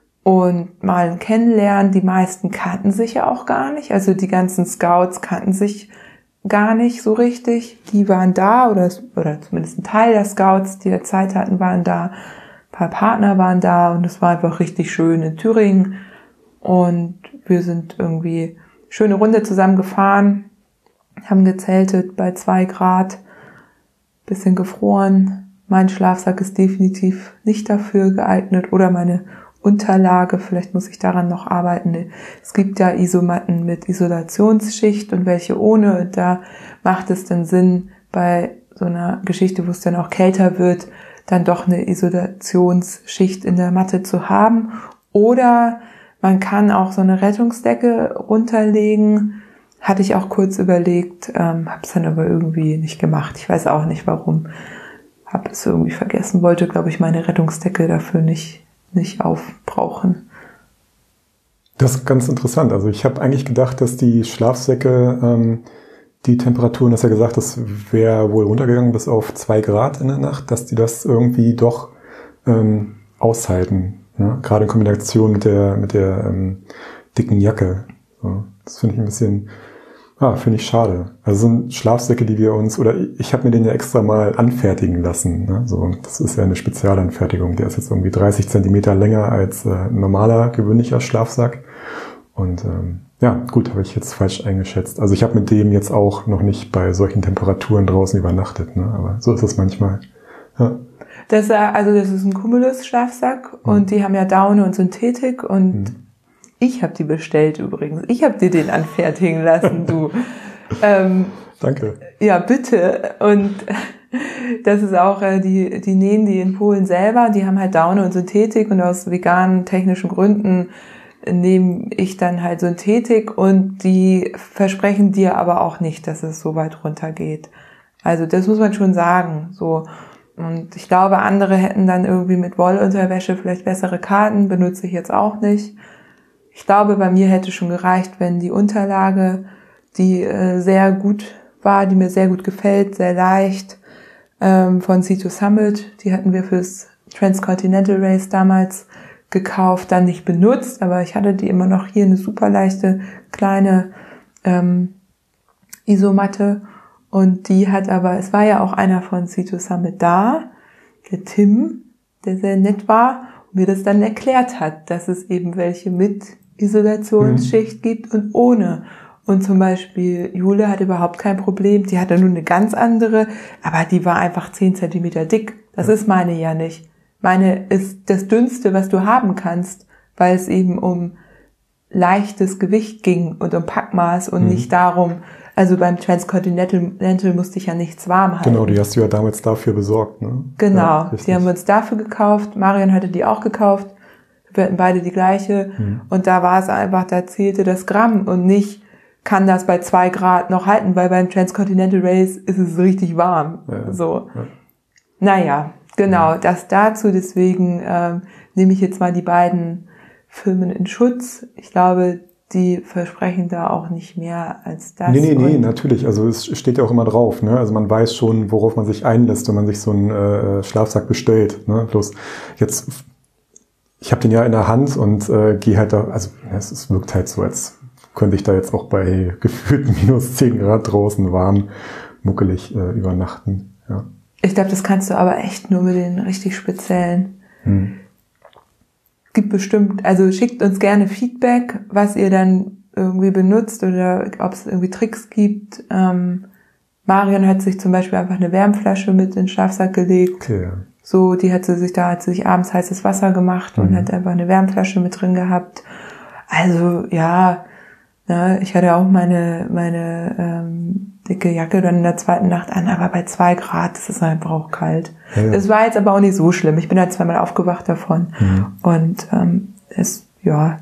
Und mal ein Kennenlernen. Die meisten kannten sich ja auch gar nicht. Also die ganzen Scouts kannten sich gar nicht so richtig. Die waren da, oder, oder zumindest ein Teil der Scouts, die ja Zeit hatten, waren da. Ein paar Partner waren da und es war einfach richtig schön in Thüringen. Und wir sind irgendwie schöne Runde zusammen gefahren, haben gezeltet bei zwei Grad, bisschen gefroren. Mein Schlafsack ist definitiv nicht dafür geeignet oder meine Unterlage, vielleicht muss ich daran noch arbeiten. Es gibt ja Isomatten mit Isolationsschicht und welche ohne. Und da macht es dann Sinn, bei so einer Geschichte, wo es dann auch kälter wird, dann doch eine Isolationsschicht in der Matte zu haben. Oder man kann auch so eine Rettungsdecke runterlegen. Hatte ich auch kurz überlegt, ähm, habe es dann aber irgendwie nicht gemacht. Ich weiß auch nicht warum. Habe es irgendwie vergessen. Wollte, glaube ich, meine Rettungsdecke dafür nicht nicht aufbrauchen. Das ist ganz interessant. Also ich habe eigentlich gedacht, dass die Schlafsäcke, ähm, die Temperaturen, das ja gesagt, das wäre wohl runtergegangen bis auf zwei Grad in der Nacht, dass die das irgendwie doch ähm, aushalten. Ne? Gerade in Kombination mit der mit der ähm, dicken Jacke. So, das finde ich ein bisschen, ah, finde ich schade. Also sind Schlafsäcke, die wir uns, oder ich habe mir den ja extra mal anfertigen lassen. Ne? So, das ist ja eine Spezialanfertigung. Der ist jetzt irgendwie dreißig Zentimeter länger als äh, ein normaler, gewöhnlicher Schlafsack. Und ähm, ja, gut, habe ich jetzt falsch eingeschätzt. Also ich habe mit dem jetzt auch noch nicht bei solchen Temperaturen draußen übernachtet, ne? Aber so ist es manchmal. Ja. Das, also das ist ein Cumulus-Schlafsack mhm. und die haben ja Daune und Synthetik und mhm. ich habe die bestellt übrigens. Ich habe dir den anfertigen lassen, du. ähm, Danke. Ja, bitte. Und das ist auch, äh, die, die nähen die in Polen selber. Die haben halt Daune und Synthetik und aus veganen technischen Gründen nehme ich dann halt Synthetik und die versprechen dir aber auch nicht, dass es so weit runter geht. Also das muss man schon sagen, so. Und ich glaube, andere hätten dann irgendwie mit Wollunterwäsche vielleicht bessere Karten, benutze ich jetzt auch nicht. Ich glaube, bei mir hätte schon gereicht, wenn die Unterlage, die äh, sehr gut war, die mir sehr gut gefällt, sehr leicht, ähm, von Sea to Summit, die hatten wir fürs Transcontinental Race damals gekauft, dann nicht benutzt, aber ich hatte die immer noch hier, eine super leichte kleine ähm, Isomatte und die hat aber, es war ja auch einer von Sea to Summit da, der Tim, der sehr nett war und mir das dann erklärt hat, dass es eben welche mit Isolationsschicht mhm. gibt und ohne. Und zum Beispiel Jule hatte überhaupt kein Problem, die hatte nur eine ganz andere, aber die war einfach zehn Zentimeter dick. Das ja. ist meine ja nicht. Meine ist das Dünnste, was du haben kannst, weil es eben um leichtes Gewicht ging und um Packmaß und mhm. nicht darum, also beim Transcontinental musste ich ja nichts warm halten. Genau, die hast du ja damals dafür besorgt, ne? Genau, ja, die haben wir uns dafür gekauft. Marion hatte die auch gekauft. Wir hatten beide die gleiche. Mhm. Und da war es einfach, da zählte das Gramm und nicht, kann das bei zwei Grad noch halten, weil beim Transcontinental Race ist es richtig warm. Ja, so. Ja. Naja. Genau, das dazu, deswegen ähm, nehme ich jetzt mal die beiden Firmen in Schutz. Ich glaube, die versprechen da auch nicht mehr als das. Nee, nee, nee, natürlich. Also es steht ja auch immer drauf. Ne? Also man weiß schon, worauf man sich einlässt, wenn man sich so einen äh, Schlafsack bestellt. Ne? Bloß jetzt, ich habe den ja in der Hand und äh, gehe halt da, also es, es wirkt halt so, als könnte ich da jetzt auch bei gefühlten minus zehn Grad draußen warm, muckelig äh, übernachten. Ja. Ich glaube, das kannst du aber echt nur mit den richtig speziellen. Hm. Gibt bestimmt, also schickt uns gerne Feedback, was ihr dann irgendwie benutzt oder ob es irgendwie Tricks gibt. Ähm, Marion hat sich zum Beispiel einfach eine Wärmflasche mit in den Schlafsack gelegt. Okay. So, die hat sie sich, da hat sie sich abends heißes Wasser gemacht mhm. und hat einfach eine Wärmflasche mit drin gehabt. Also, ja, ne, ich hatte auch meine, meine, ähm, dicke Jacke dann in der zweiten Nacht an, aber bei zwei Grad, das ist einfach auch kalt. Es ja, ja. war jetzt aber auch nicht so schlimm. Ich bin halt zweimal aufgewacht davon. Mhm. Und ähm, es, ja,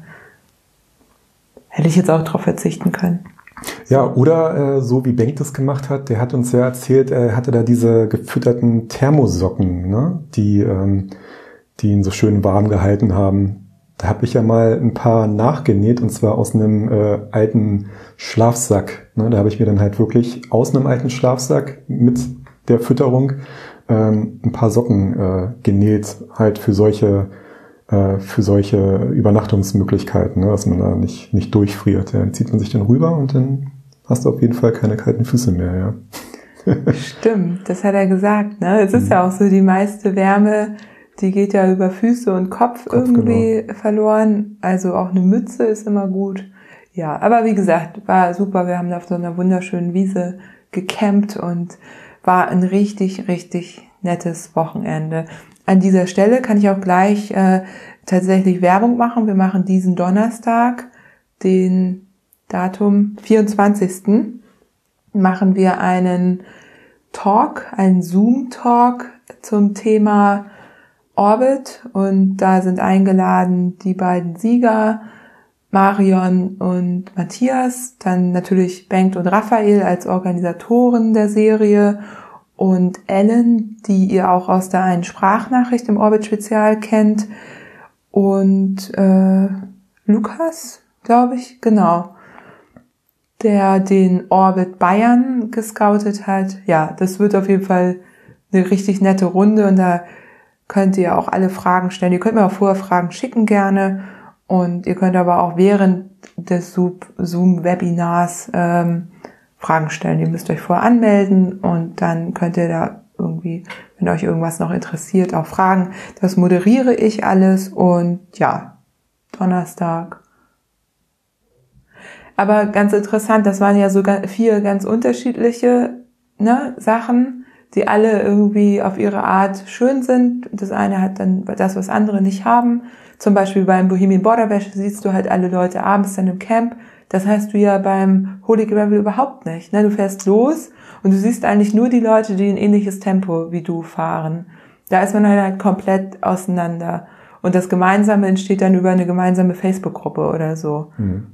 hätte ich jetzt auch drauf verzichten können. Ja, oder äh, so wie Bengt das gemacht hat, der hat uns ja erzählt, er hatte da diese gefütterten Thermosocken, ne, die, ähm, die ihn so schön warm gehalten haben. Da habe ich ja mal ein paar nachgenäht, und zwar aus einem äh, alten Schlafsack. Ne? Da habe ich mir dann halt wirklich aus einem alten Schlafsack mit der Fütterung ähm, ein paar Socken äh, genäht, halt für solche äh, für solche Übernachtungsmöglichkeiten, ne? Dass man da nicht nicht durchfriert. Ja? Dann zieht man sich dann rüber und dann hast du auf jeden Fall keine kalten Füße mehr. Ja. Stimmt, das hat er gesagt. Ne? Es ist mhm. ja auch so, die meiste Wärme, die geht ja über Füße und Kopf, Kopf irgendwie genau. verloren. Also auch eine Mütze ist immer gut. Ja, aber wie gesagt, war super. Wir haben da auf so einer wunderschönen Wiese gecampt und war ein richtig, richtig nettes Wochenende. An dieser Stelle kann ich auch gleich äh, tatsächlich Werbung machen. Wir machen diesen Donnerstag, den Datum vierundzwanzigsten machen wir einen Talk, einen Zoom-Talk zum Thema Orbit, und da sind eingeladen die beiden Sieger, Marion und Matthias, dann natürlich Bengt und Raphael als Organisatoren der Serie und Ellen, die ihr auch aus der einen Sprachnachricht im Orbit Spezial kennt, und äh, Lukas, glaube ich, genau, der den Orbit Bayern gescoutet hat. Ja, das wird auf jeden Fall eine richtig nette Runde und da könnt ihr auch alle Fragen stellen. Ihr könnt mir auch vorher Fragen schicken gerne und ihr könnt aber auch während des Zoom-Webinars ähm, Fragen stellen. Ihr müsst euch vorher anmelden und dann könnt ihr da irgendwie, wenn euch irgendwas noch interessiert, auch fragen. Das moderiere ich alles und ja, Donnerstag. Aber ganz interessant, das waren ja sogar vier ganz unterschiedliche ne, Sachen, die alle irgendwie auf ihre Art schön sind. Das eine hat dann das, was andere nicht haben. Zum Beispiel beim Bohemian Border Bash siehst du halt alle Leute abends dann im Camp. Das hast du ja beim Holy Gravel überhaupt nicht. Ne? Du fährst los und du siehst eigentlich nur die Leute, die ein ähnliches Tempo wie du fahren. Da ist man halt komplett auseinander. Und das Gemeinsame entsteht dann über eine gemeinsame Facebook-Gruppe oder so. Mhm.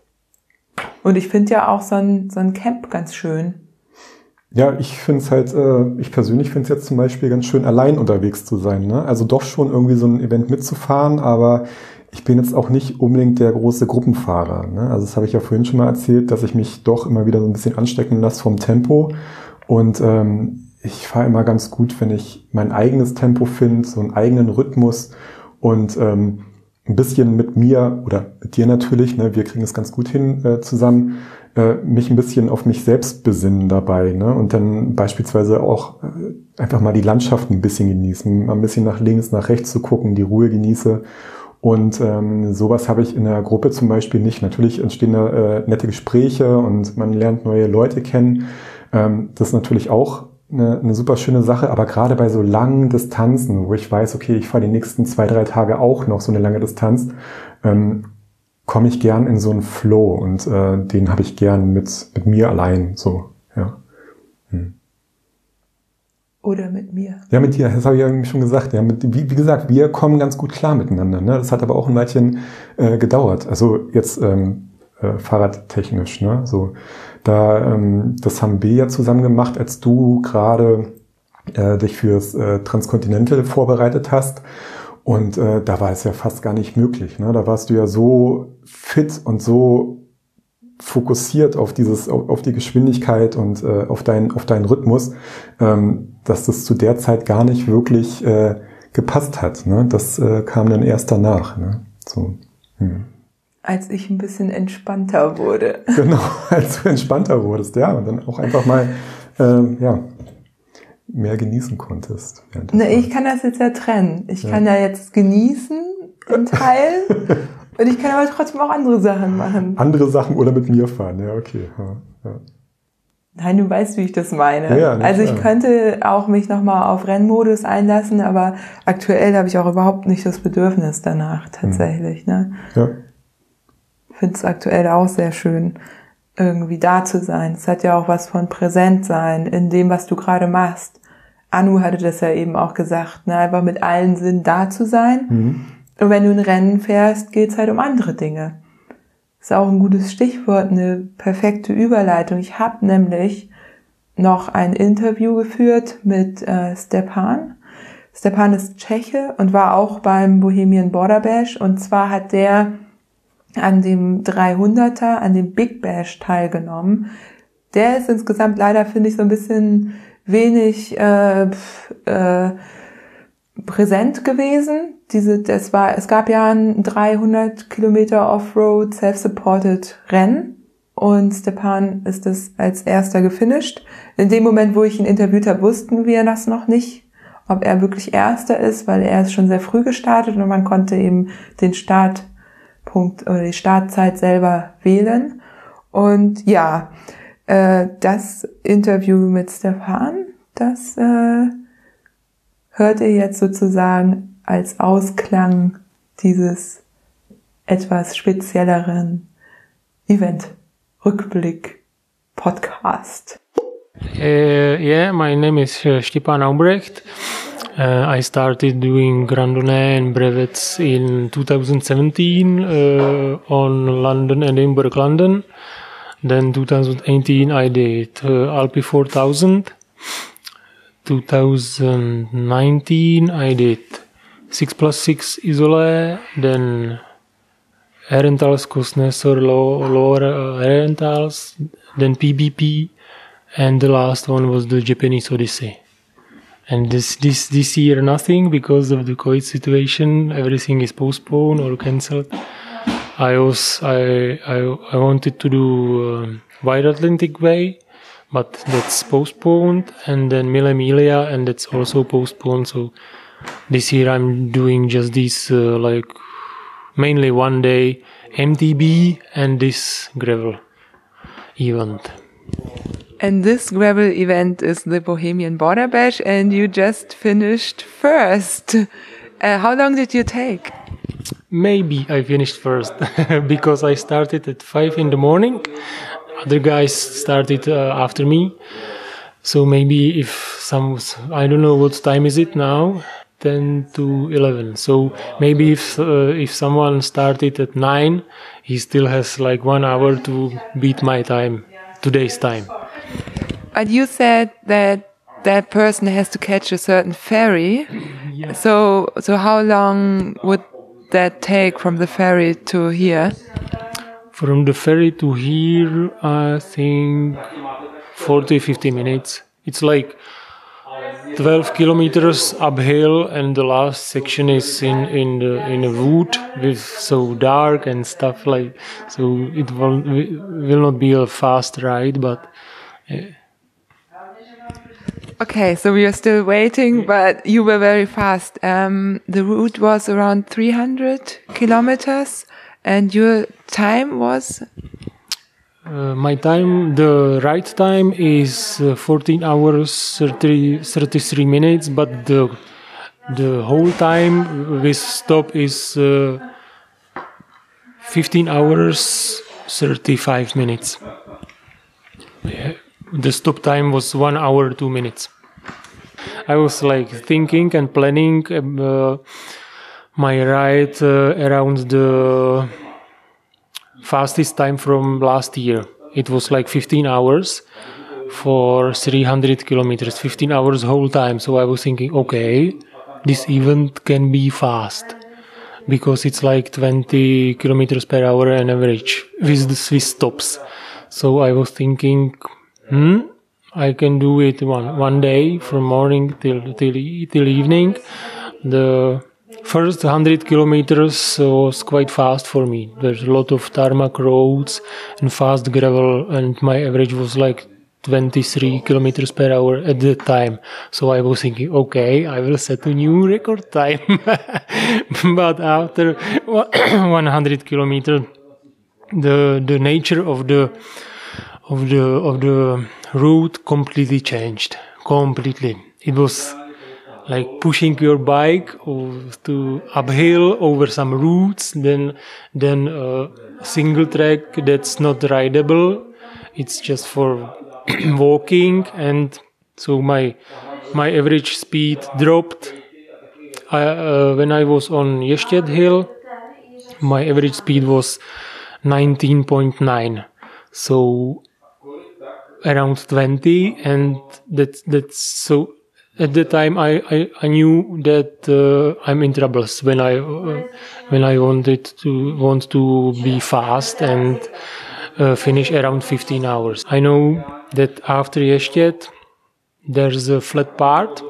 Und ich finde ja auch so ein, so ein Camp ganz schön. Ja, ich finde es halt, äh, ich persönlich finde es jetzt zum Beispiel ganz schön, allein unterwegs zu sein. Ne? Also doch schon irgendwie so ein Event mitzufahren, aber ich bin jetzt auch nicht unbedingt der große Gruppenfahrer. Ne? Also das habe ich ja vorhin schon mal erzählt, dass ich mich doch immer wieder so ein bisschen anstecken lasse vom Tempo. Und ähm, ich fahre immer ganz gut, wenn ich mein eigenes Tempo finde, so einen eigenen Rhythmus und ähm, ein bisschen mit mir oder mit dir natürlich, ne, wir kriegen es ganz gut hin äh, zusammen, äh, mich ein bisschen auf mich selbst besinnen dabei, ne, und dann beispielsweise auch äh, einfach mal die Landschaft ein bisschen genießen, mal ein bisschen nach links, nach rechts zu gucken, die Ruhe genieße. Und ähm, sowas habe ich in der Gruppe zum Beispiel nicht. Natürlich entstehen da äh, nette Gespräche und man lernt neue Leute kennen. Ähm, das ist natürlich auch eine, eine super schöne Sache, aber gerade bei so langen Distanzen, wo ich weiß, okay, ich fahre die nächsten zwei, drei Tage auch noch so eine lange Distanz, ähm, komme ich gern in so einen Flow und äh, den habe ich gern mit mit mir allein. So, ja. Hm. Oder mit mir. Ja, mit dir, das habe ich ja schon gesagt. Ja, mit, wie, wie gesagt, wir kommen ganz gut klar miteinander. Ne? Das hat aber auch ein Weilchen äh, gedauert. Also jetzt ähm, äh, fahrradtechnisch. Ne? So, da, ähm, das haben wir ja zusammen gemacht, als du gerade äh, dich fürs äh, Transcontinental vorbereitet hast. Und äh, da war es ja fast gar nicht möglich. Ne? Da warst du ja so fit und so fokussiert auf dieses, auf, auf die Geschwindigkeit und äh, auf deinen, auf deinen Rhythmus, ähm, dass das zu der Zeit gar nicht wirklich äh, gepasst hat. Ne? Das äh, kam dann erst danach. Ne? So. Hm. Als ich ein bisschen entspannter wurde. Genau, als du entspannter wurdest, ja, und dann auch einfach mal, ähm, ja, mehr genießen konntest. Ne, ich kann das jetzt ja trennen. Ich ja. kann ja jetzt genießen in Teilen. Und ich kann aber trotzdem auch andere Sachen machen. Andere Sachen oder mit mir fahren, ja, okay. Ja, ja. Nein, du weißt, wie ich das meine. Ja, ja, also ich klar. könnte auch mich nochmal auf Rennmodus einlassen, aber aktuell habe ich auch überhaupt nicht das Bedürfnis danach, tatsächlich. Hm. Ne? Ja. Ich finde es aktuell auch sehr schön, irgendwie da zu sein. Es hat ja auch was von präsent sein in dem, was du gerade machst. Anu hatte das ja eben auch gesagt, ne? Einfach mit allen Sinnen da zu sein. Mhm. Und wenn du ein Rennen fährst, geht's halt um andere Dinge. Ist auch ein gutes Stichwort, eine perfekte Überleitung. Ich habe nämlich noch ein Interview geführt mit äh, Stepan. Stepan ist Tscheche und war auch beim Bohemian Border Bash. Und zwar hat der an dem dreihunderter, an dem Big Bash teilgenommen. Der ist insgesamt leider, finde ich, so ein bisschen wenig äh, äh, präsent gewesen. Diese, das war, es gab ja ein dreihundert Kilometer Offroad Self-Supported Rennen und Stepan ist das als erster gefinisht. In dem Moment, wo ich ihn interviewt habe, wussten wir das noch nicht, ob er wirklich Erster ist, weil er ist schon sehr früh gestartet und man konnte eben den Startpunkt oder die Startzeit selber wählen. Und ja, äh, das Interview mit Stepan, das äh, hört ihr jetzt sozusagen als Ausklang dieses etwas spezielleren Event-Rückblick-Podcast. Uh, yeah, my name is uh, Stepan Albrecht. Uh, I started doing Grandonnée and brevets in twenty seventeen uh, on London and Edinburgh, London. Then twenty eighteen I did uh, Alpe four thousand. twenty nineteen I did six plus six Isola, then Herentals, Kuznetsov, Lower uh, Herentals, then P B P, and the last one was the Japanese Odyssey. And this this this year nothing because of the COVID situation. Everything is postponed or cancelled. I was I I, I wanted to do um, Wide Atlantic Way, but that's postponed, and then Mille Miglia, and that's also postponed. So this year I'm doing just this uh, like mainly one day M T B and this gravel event. And this gravel event is the Bohemian Border Bash, and you just finished first. Uh, how long did you take? Maybe I finished first because I started at five in the morning. Other guys started uh, after me. So maybe if some, I don't know what time is it now, ten to eleven. So maybe if uh, if someone started at nine, he still has like one hour to beat my time, today's time. But you said that that person has to catch a certain ferry. Yeah. So so how long would that take from the ferry to here? From the ferry to here, I think forty, fifty minutes. It's like twelve kilometers uphill, and the last section is in in the in a wood with so dark and stuff like. So it will will not be a fast ride, but. Uh, Okay, so we are still waiting, but you were very fast. Um, the route was around three hundred kilometers, and your time was? Uh, my time, the right time is uh, fourteen hours, thirty, thirty-three minutes, but the the whole time with stop is uh, fifteen hours, thirty-five minutes. Yeah. The stop time was one hour, two minutes. I was like thinking and planning uh, my ride uh, around the fastest time from last year. It was like fifteen hours for three hundred kilometers, fifteen hours whole time. So I was thinking, okay, this event can be fast because it's like twenty kilometers per hour on average with the Swiss stops. So I was thinking, Hmm, I can do it one one day from morning till till till evening. The first hundred kilometers was quite fast for me. There's a lot of tarmac roads and fast gravel, and my average was like twenty-three kilometers per hour at that time. So I was thinking, okay, I will set a new record time. But after one hundred kilometers, the the nature of the of the of the route completely changed. Completely. It was like pushing your bike to uphill over some routes, then then a single track that's not rideable. It's just for walking, and so my my average speed dropped. I, uh, when I was on Ještěd Hill, my average speed was nineteen point nine. So around twenty, and that's that's so at the time I, I, I knew that uh, I'm in troubles when I uh, when I wanted to want to be fast and uh, finish around fifteen hours. I know that after Ještěd there's a flat part,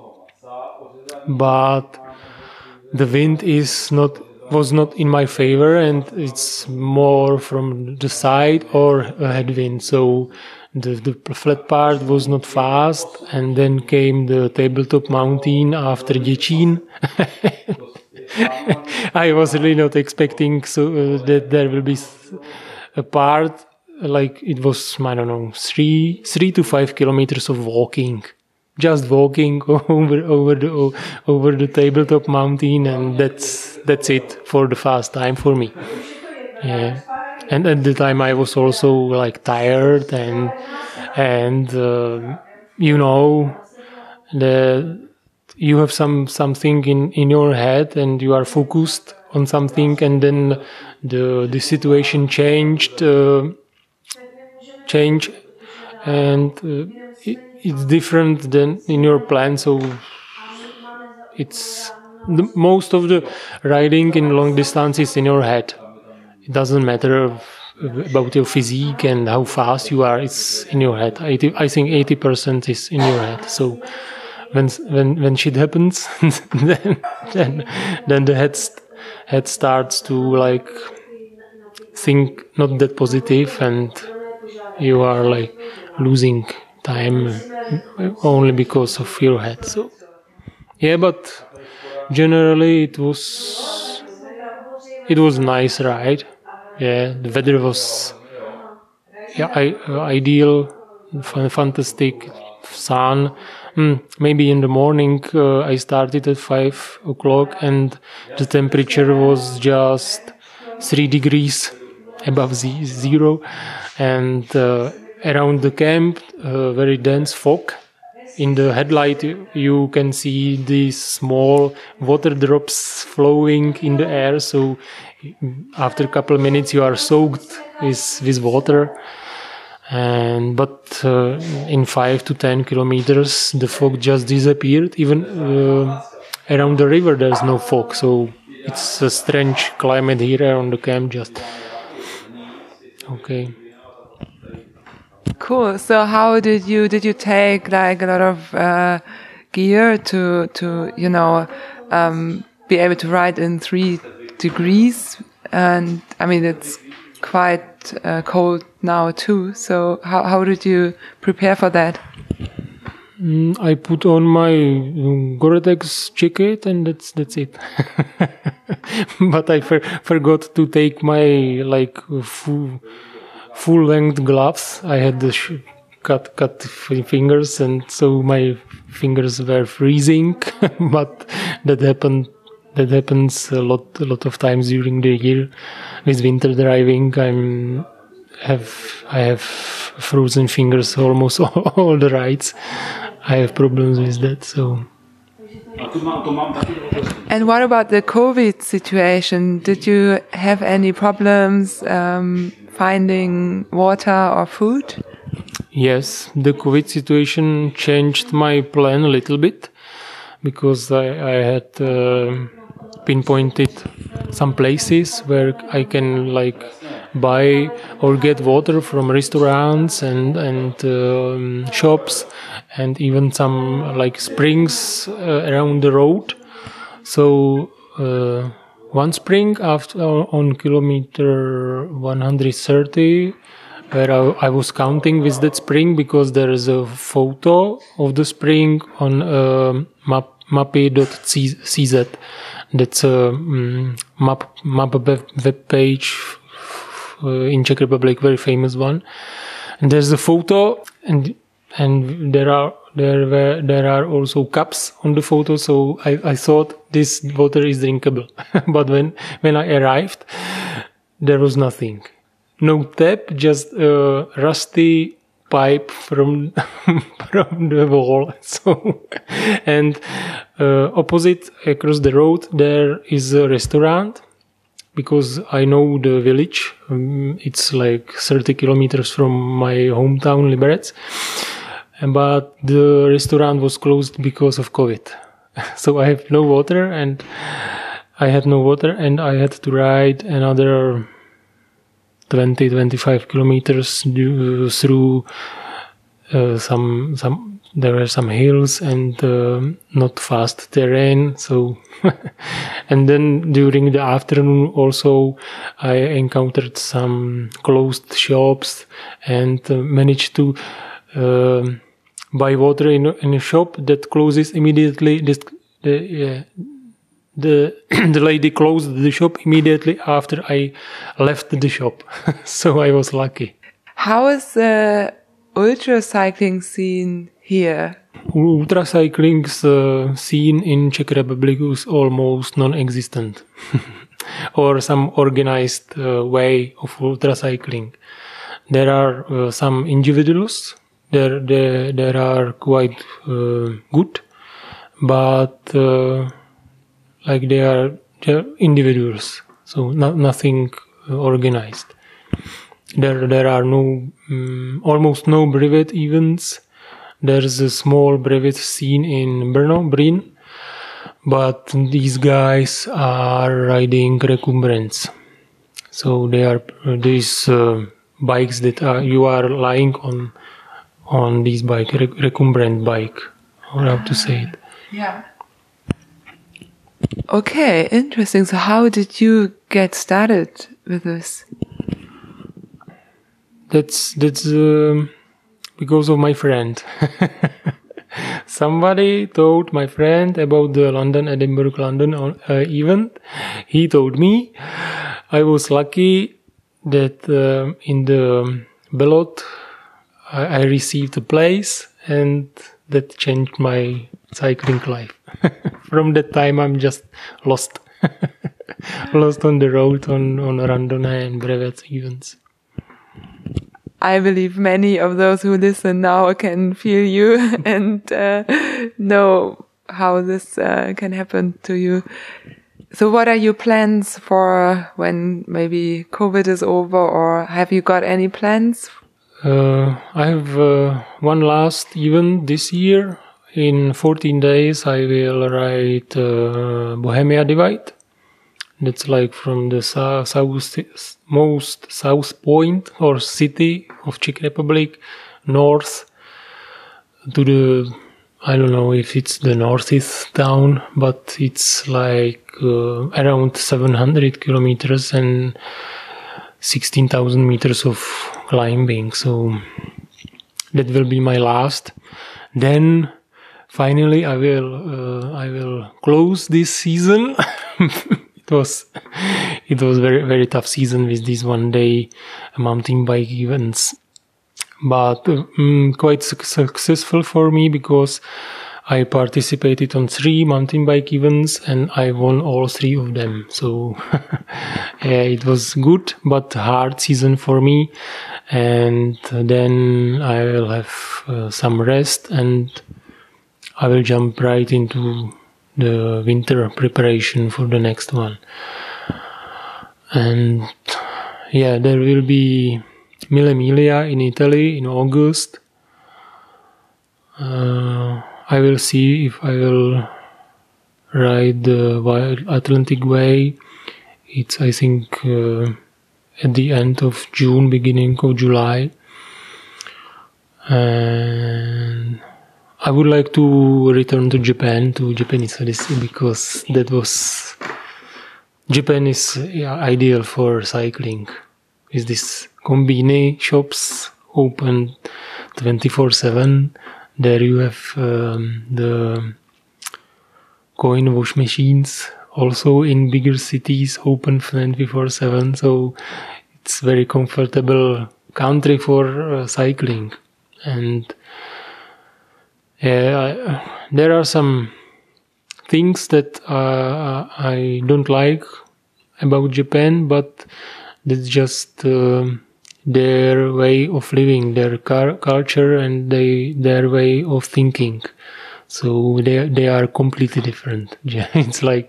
but the wind is not was not in my favor, and it's more from the side or a headwind. So The, the flat part was not fast, and then came the tabletop mountain after Děčín. I was really not expecting so uh, that there will be a part like it was, I don't know, three three to five kilometers of walking, just walking over over the over the tabletop mountain, and that's that's it for the fast time for me. Yeah. And at the time I was also like tired, and and uh, you know the you have some something in, in your head, and you are focused on something, and then the the situation changed uh, change and uh, it, it's different than in your plan. So it's the, most of the riding in long distance is in your head. it doesn't matter about your physique and how fast you are. It's in your head. eighty, I think eighty percent is in your head. So when when when shit happens, then then then the head head starts to like think not that positive, and you are like losing time only because of your head. So yeah, but generally it was it was nice ride. Yeah, the weather was yeah I, uh, ideal, f- fantastic sun. Mm, maybe in the morning uh, I started at five o'clock and the temperature was just three degrees above the zero, and uh, around the camp uh, very dense fog. In the headlight you can see these small water drops flowing in the air, so after a couple of minutes you are soaked with, with water. And but uh, in five to ten kilometers the fog just disappeared. Even uh, around the river there's no fog, so it's a strange climate here around the camp. Just okay. Cool. So how did you did you take like a lot of uh, gear to to you know um, be able to ride in three degrees? And I mean it's quite uh, cold now too. So how how did you prepare for that? Mm, I put on my um, Gore-Tex jacket and that's that's it. But I for, forgot to take my like full. full length gloves. I had the sh- cut cut fingers, and so my fingers were freezing. But that happened. That happens a lot a lot of times during the year with winter driving. I'm have I have frozen fingers almost all, all the rides. I have problems with that. So. And what about the COVID situation? Did you have any problems um, finding water or food? Yes, the COVID situation changed my plan a little bit, because I, I had uh, pinpointed some places where I can like buy or get water from restaurants and and um, shops, and even some like springs uh, around the road. So uh, one spring after on kilometer one hundred thirty, where I, I was counting with that spring, because there is a photo of the spring on uh, map mappy dot c z. That's a um, map map web, web page uh, in Czech Republic, very famous one. And there's a photo, and and there are there were there are also cups on the photo. So I, I thought this water is drinkable. But when when I arrived, there was nothing. No tap, just a rusty pipe from from the wall. So, and uh, opposite across the road there is a restaurant, because I know the village. Um, it's like thirty kilometers from my hometown, Liberec. But the restaurant was closed because of COVID. So I have no water, and I had no water, and I had to ride another twenty to twenty-five kilometers through uh, some some there were some hills and uh, not fast terrain. So and then during the afternoon also I encountered some closed shops, and uh, managed to uh, buy water in, in a shop that closes immediately. This, the uh, The the lady closed the shop immediately after I left the shop. So I was lucky. How is the ultra cycling scene here? Ultra cycling's uh, scene in Czech Republic is almost non-existent. Or some organized uh, way of ultra cycling. There are uh, some individuals. There, there, there are quite uh, good, but uh, like they are, they are individuals, so not, nothing uh, organized. There, there are no, um, almost no brevet events. There's a small brevet scene in Brno, Bryn, but these guys are riding recumbrance. So there are uh, these uh, bikes that are, you are lying on on this bike, rec- recumbent bike, or how to say it. Yeah. Okay, interesting. So how did you get started with this? That's that's um, because of my friend. Somebody told my friend about the London, Edinburgh, London uh, event. He told me. I was lucky that uh, in the ballot I, I received a place, and that changed my cycling life. From that time, I'm just lost, lost on the road on on Randonnée and Brevets events. I believe many of those who listen now can feel you and uh, know how this uh, can happen to you. So what are your plans for when maybe COVID is over, or have you got any plans? Uh, I have uh, one last event this year. In fourteen days, I will ride uh, Bohemia Divide. That's like from the south, south, most south point or city of Czech Republic, north to the, I don't know if it's the northeast town, but it's like uh, around seven hundred kilometers and sixteen thousand meters of climbing. So that will be my last. Then finally I will uh, I will close this season. It was it was very very tough season with these one day mountain bike events, but um, quite su- successful for me because I participated on three mountain bike events and I won all three of them. So yeah, it was good but hard season for me. And then I will have uh, some rest and I will jump right into the winter preparation for the next one. And yeah, there will be Mille Miglia in Italy in August. Uh, I will see if I will ride the Wild Atlantic Way. It's, I think, uh, at the end of June, beginning of July. And I would like to return to Japan, to Japanese Odyssey, because that was... Japan is yeah, ideal for cycling. Is this kombini shops open twenty-four seven. There you have um, the coin wash machines also in bigger cities open twenty-four seven. So it's very comfortable country for uh, cycling. And yeah, I, there are some things that uh, I don't like about Japan, but that's just uh, their way of living, their car- culture, and they their way of thinking. So they they are completely different. It's like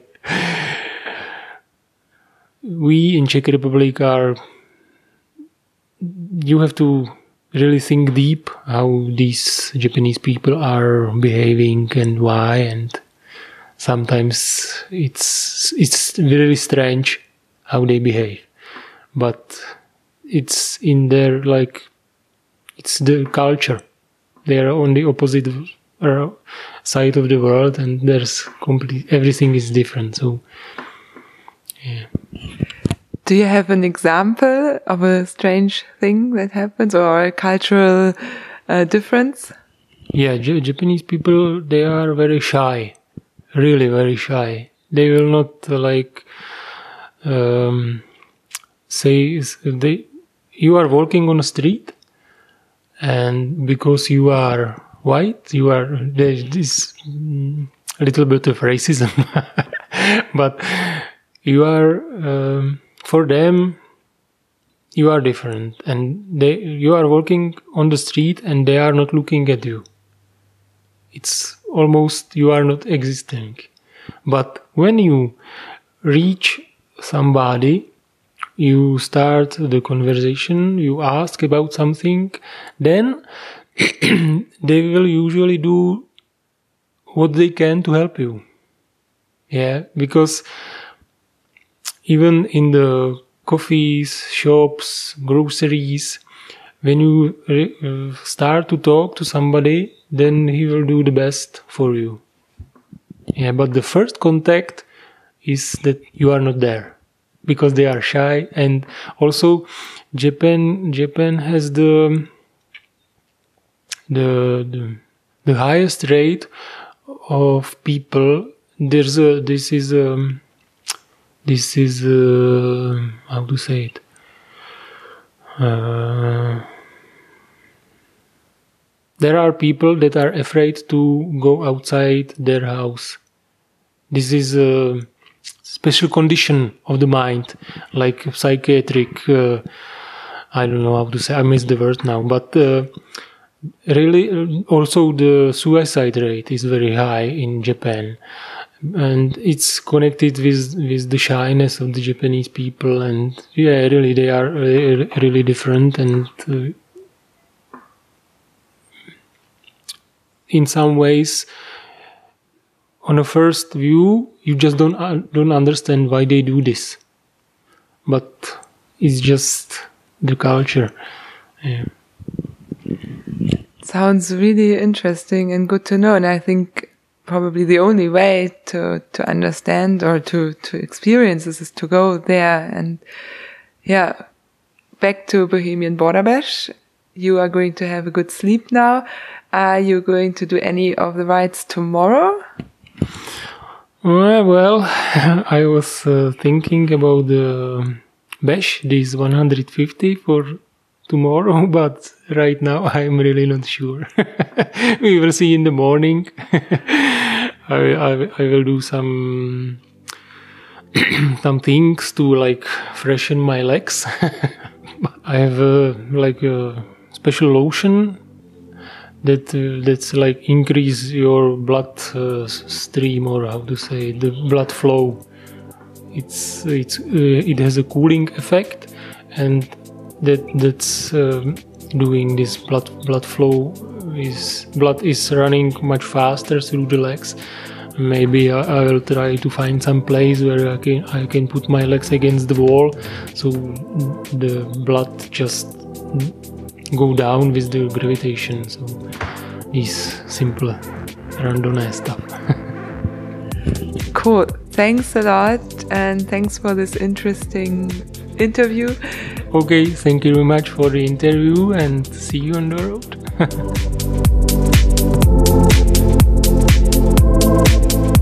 we in Czech Republic are. You have to really think deep how these Japanese people are behaving and why, and sometimes it's it's really strange how they behave, but it's in their like it's the culture. They are on the opposite side of the world, and there's complete everything is different. So, yeah. Do you have an example of a strange thing that happens or a cultural uh, difference? Yeah, J- Japanese people, they are very shy. Really very shy. They will not uh, like um, say they. You are walking on a street, and because you are white, you are there's this mm, little bit of racism, but you are um, for them. You are different, and they. You are walking on the street, and they are not looking at you. It's almost you are not existing. But when you reach somebody, you start the conversation, you ask about something, then they will usually do what they can to help you. Yeah, because even in the coffees, shops, groceries. When you re- uh, start to talk to somebody, then he will do the best for you. Yeah, but the first contact is that you are not there because they are shy, and also Japan Japan has the the the, the highest rate of people. There's a this is um this is uh, how to say it. Uh, there are people that are afraid to go outside their house. This is a special condition of the mind, like psychiatric, uh, I don't know how to say, I missed the word now, but uh, really also the suicide rate is very high in Japan. And it's connected with with the shyness of the Japanese people, and yeah, really they are really, really different, and uh, in some ways, on a first view, you just don't uh, don't understand why they do this, but it's just the culture. Yeah. Sounds really interesting and good to know, and I think probably the only way to, to understand or to, to experience this is to go there. And yeah, back to Bohemian Border Bash. You are going to have a good sleep now. Are you going to do any of the rides tomorrow? Well, well I was uh, thinking about the Bash, this one hundred fifty for tomorrow, but right now I'm really not sure. We will see in the morning. I, I, I will do some some things to like freshen my legs. I have a, like a special lotion that uh, that's like increase your blood uh, stream, or how to say, the blood flow. It's it's uh, it has a cooling effect, and that that's um, doing this blood blood flow is blood is running much faster through the legs. Maybe I, I will try to find some place where I can I can put my legs against the wall, so the blood just go down with the gravitation. So this simple randonnée stuff. Cool. Thanks a lot, and thanks for this interesting interview. Okay, thank you very much for the interview, and see you on the road.